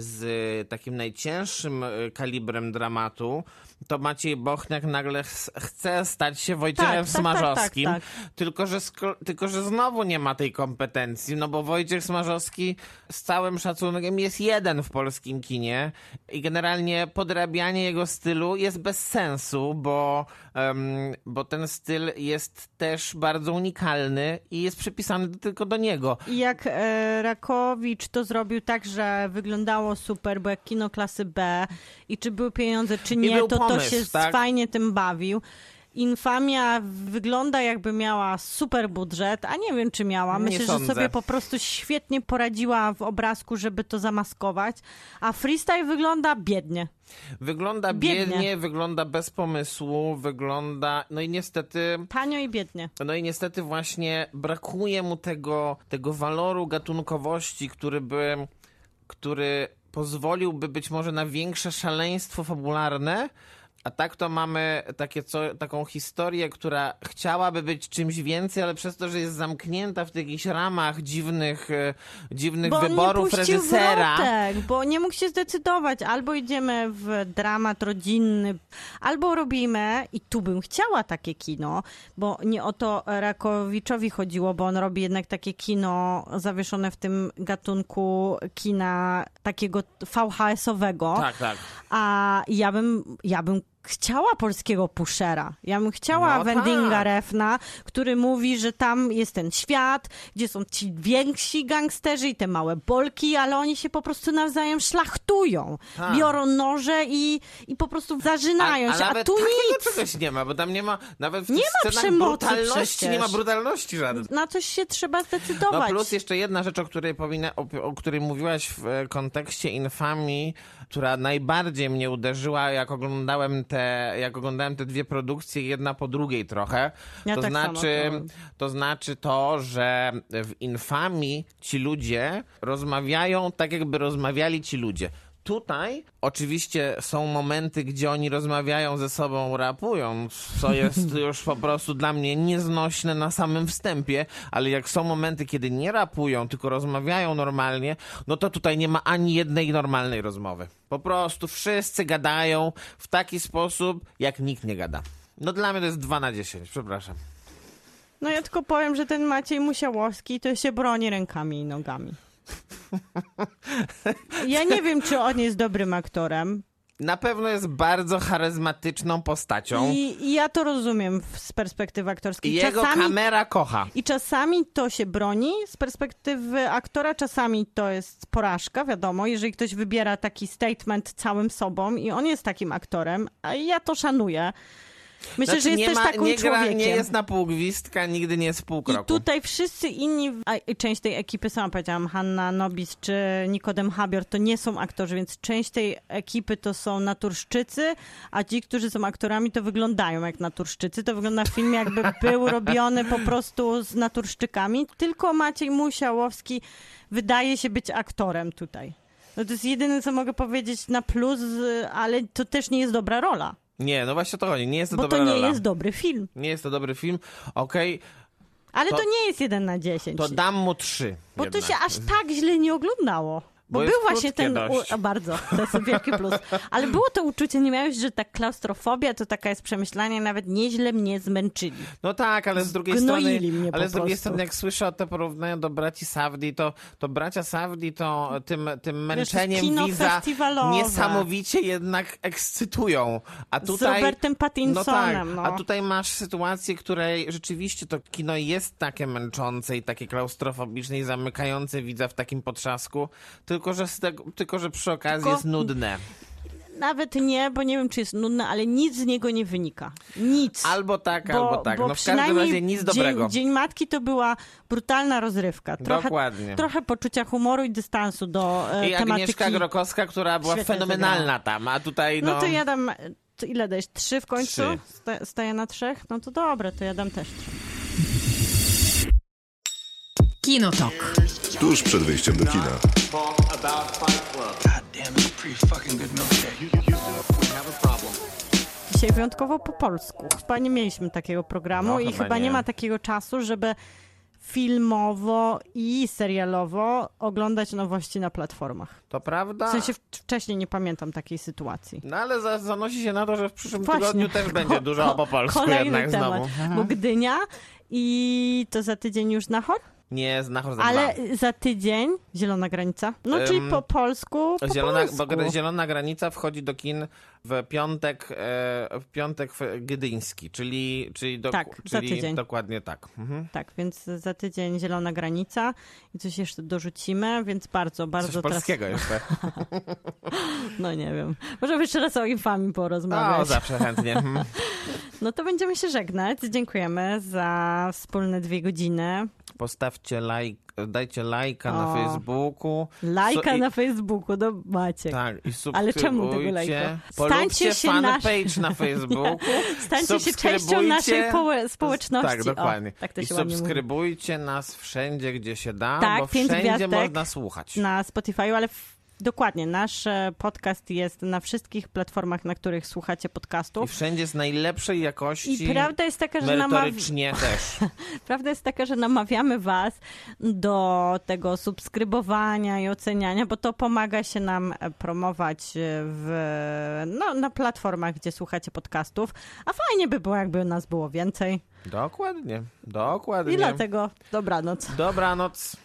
z takim najcięższym y, kalibrem dramatu, to Maciej Bochniak nagle ch- chce stać się Wojciechem Tak, tak, Smarzowskim, tak, Tylko, że sko- tylko, że znowu nie ma tej kompetencji, no bo Wojciech Smarzowski z całym szacunkiem jest jeden w polskim kinie i generalnie podrabianie jego stylu jest bez sensu, bo, um, bo ten styl jest też bardzo unikalny i jest przypisany do, tylko do niego. I jak e, Rakowicz to zrobił tak, że wyglądało super, bo jak kino klasy B i czy były pieniądze, czy nie, był to to pomysł, się tak? fajnie tym bawił. Infamia wygląda jakby miała super budżet, a nie wiem, czy miała. Nie Myślę, że sądzę. sobie po prostu świetnie poradziła w obrazku, żeby to zamaskować, a freestyle wygląda biednie. Wygląda Biednie. biednie, wygląda bez pomysłu, wygląda... No i niestety... Tanio i biednie. No i niestety właśnie brakuje mu tego, tego waloru gatunkowości, który by, który pozwoliłby być może na większe szaleństwo fabularne, a tak to mamy takie co, taką historię, która chciałaby być czymś więcej, ale przez to, że jest zamknięta w tych jakichś ramach dziwnych, e, dziwnych Bo on wyborów nie puścił reżysera. wrotek, bo nie mógł się zdecydować. Albo idziemy w dramat rodzinny, albo robimy, i tu bym chciała takie kino, bo nie o to Rakowiczowi chodziło, bo on robi jednak takie kino zawieszone w tym gatunku kina takiego V H S-owego. Tak, tak. A ja bym, ja bym chciała polskiego pushera. Ja bym chciała No Wendinga tak. Refna, który mówi, że tam jest ten świat, gdzie są ci więksi gangsterzy i te małe bolki, ale oni się po prostu nawzajem szlachtują. Tak. Biorą noże i, i po prostu zażynają a, się. A nawet tu takiego nic. czegoś nie ma, bo tam nie ma, nawet w Nie tych ma scenach przemocy brutalności, przecież. nie ma brutalności żadnej. Na coś się trzeba No zdecydować. plus jeszcze jedna rzecz, o której, powinna, o, o której mówiłaś w e, kontekście Infamii, która najbardziej mnie uderzyła, jak oglądałem te, jak oglądałem te dwie produkcje, jedna po drugiej trochę. Ja to, tak samo, znaczy, to- to znaczy to, że w Infamii ci ludzie rozmawiają tak, jakby rozmawiali ci ludzie. Tutaj oczywiście są momenty, gdzie oni rozmawiają ze sobą rapując, co jest już po prostu dla mnie nieznośne na samym wstępie, ale jak są momenty, kiedy nie rapują, tylko rozmawiają normalnie, no to tutaj nie ma ani jednej normalnej rozmowy. Po prostu wszyscy gadają w taki sposób, jak nikt nie gada. No dla mnie to jest dwa na dziesięć, przepraszam. No ja tylko powiem, że ten Maciej Musiałowski to się broni rękami i nogami. Ja nie wiem, czy on jest dobrym aktorem. Na pewno jest bardzo charyzmatyczną postacią. I, I ja to rozumiem w- z perspektywy aktorskiej. I jego Czasami kamera kocha. I czasami to się broni z perspektywy aktora, czasami to jest porażka, wiadomo, jeżeli ktoś wybiera taki statement całym sobą i on jest takim aktorem, a ja to szanuję. Myślę, Znaczy, że jest nie też ma, taką nie gra, człowiekiem. nie jest na pół gwizdka, nigdy nie jest pół I kroku. tutaj wszyscy inni, a i część tej ekipy, sama powiedziałam, Hanna Nobis czy Nikodem Habior, to nie są aktorzy, więc część tej ekipy to są naturszczycy, a ci, którzy są aktorami, to wyglądają jak naturszczycy. To wygląda film, jakby był robiony po prostu z naturszczykami. Tylko Maciej Musiałowski wydaje się być aktorem tutaj. No to jest jedyne, co mogę powiedzieć na plus, ale to też nie jest dobra rola. Nie, no właśnie o to chodzi. Nie jest to Bo dobra to nie rola. jest dobry film. Nie jest to dobry film. Okej, Ale to, To- nie jest jeden na dziesięć. to dam mu trzy. Bo jednak. to się aż tak źle nie oglądało. Bo, Bo był jest właśnie krótkie ten... dość. U... A bardzo, to jest wielki plus. Ale było to uczucie, nie miałeś, że ta klaustrofobia to taka jest przemyślanie, nawet nieźle mnie zmęczyli. No tak, ale z drugiej Zgnoili strony, mnie po ale z drugiej prostu. strony, jak słyszę o te porównania do braci Safdie, to, to bracia Safdie to tym, tym męczeniem kino widza festiwalowe. niesamowicie jednak ekscytują. A Z tutaj, Robertem Pattinsonem, no tak, no. A tutaj masz sytuację, której rzeczywiście to kino jest takie męczące i takie klaustrofobiczne i zamykające widza w takim potrzasku, tylko że, z tego, tylko, że przy okazji Tylko- jest nudne. Nawet nie, bo nie wiem, czy jest nudne, ale nic z niego nie wynika. Nic. Albo tak, Bo- albo tak. bo No w każdym przynajmniej razie nic dobrego. Dzień, Dzień Matki to była brutalna rozrywka. Trochę, Dokładnie. trochę poczucia humoru i dystansu do e, I tematyki. Agnieszka Grokowska, która była Świetnie fenomenalna tam, a tutaj no... No to ja dam... To ile dajesz? Trzy w końcu? Trzy. Sta- Staję na trzech? No to dobra, to ja dam też trzy. Kinotok. Tuż przed wyjściem do kina. Talk about Fight Club. Damn, it's a pretty fucking good milkshake. We have a problem. Dzisiaj wyjątkowo po polsku. Chyba nie mieliśmy takiego programu No, i chyba chyba nie. nie ma takiego czasu, żeby filmowo i serialowo oglądać nowości na platformach. To prawda? W sensie w- wcześniej nie pamiętam takiej sytuacji. No ale za, zanosi się na to, że w przyszłym Właśnie. tygodniu też będzie dużo po polsku Kolejny jednak temat. znowu. Bo Gdynia i to za tydzień już Nachor? Nie, znachor za Ale dwa. za tydzień Zielona Granica. No Ym, czyli po polsku, po Zielona, polsku. bo gra- Zielona Granica wchodzi do kin w piątek, e, w piątek w gdyński, czyli, czyli, do, Tak, za czyli tydzień. dokładnie tak. Mhm. Tak, więc za tydzień Zielona Granica i coś jeszcze dorzucimy, więc bardzo, bardzo Coś polskiego jeszcze. No nie wiem. Możemy jeszcze raz o infamii O, porozmawiać. zawsze chętnie. Mhm. No to będziemy się żegnać. Dziękujemy za wspólne dwie godziny. Postawcie lajk, dajcie lajka na O. Facebooku. Lajka So- i- na Facebooku, no Maciek. Tak, i Ale czemu tego subskrybujcie. lajka? Polubcie Stańcie się fanpage nasz- na Facebooku. Stańcie się częścią Subskrybujcie- naszej połe- społeczności. Tak, dokładnie. O, tak to I się ładnie mówi. subskrybujcie nas wszędzie, gdzie się da, Tak, bo pięć wszędzie gwiazdek można słuchać. Na Spotify'u, ale w, dokładnie, nasz e, podcast jest na wszystkich platformach, na których słuchacie I podcastów. wszędzie z najlepszej jakości, I prawda jest taka, że namaw... merytorycznie też. Prawda jest taka, że namawiamy was do tego subskrybowania i oceniania, bo to pomaga się nam promować w, no, na platformach, gdzie słuchacie podcastów. A fajnie by było, jakby nas było więcej. Dokładnie, dokładnie. I dlatego dobranoc. Dobranoc.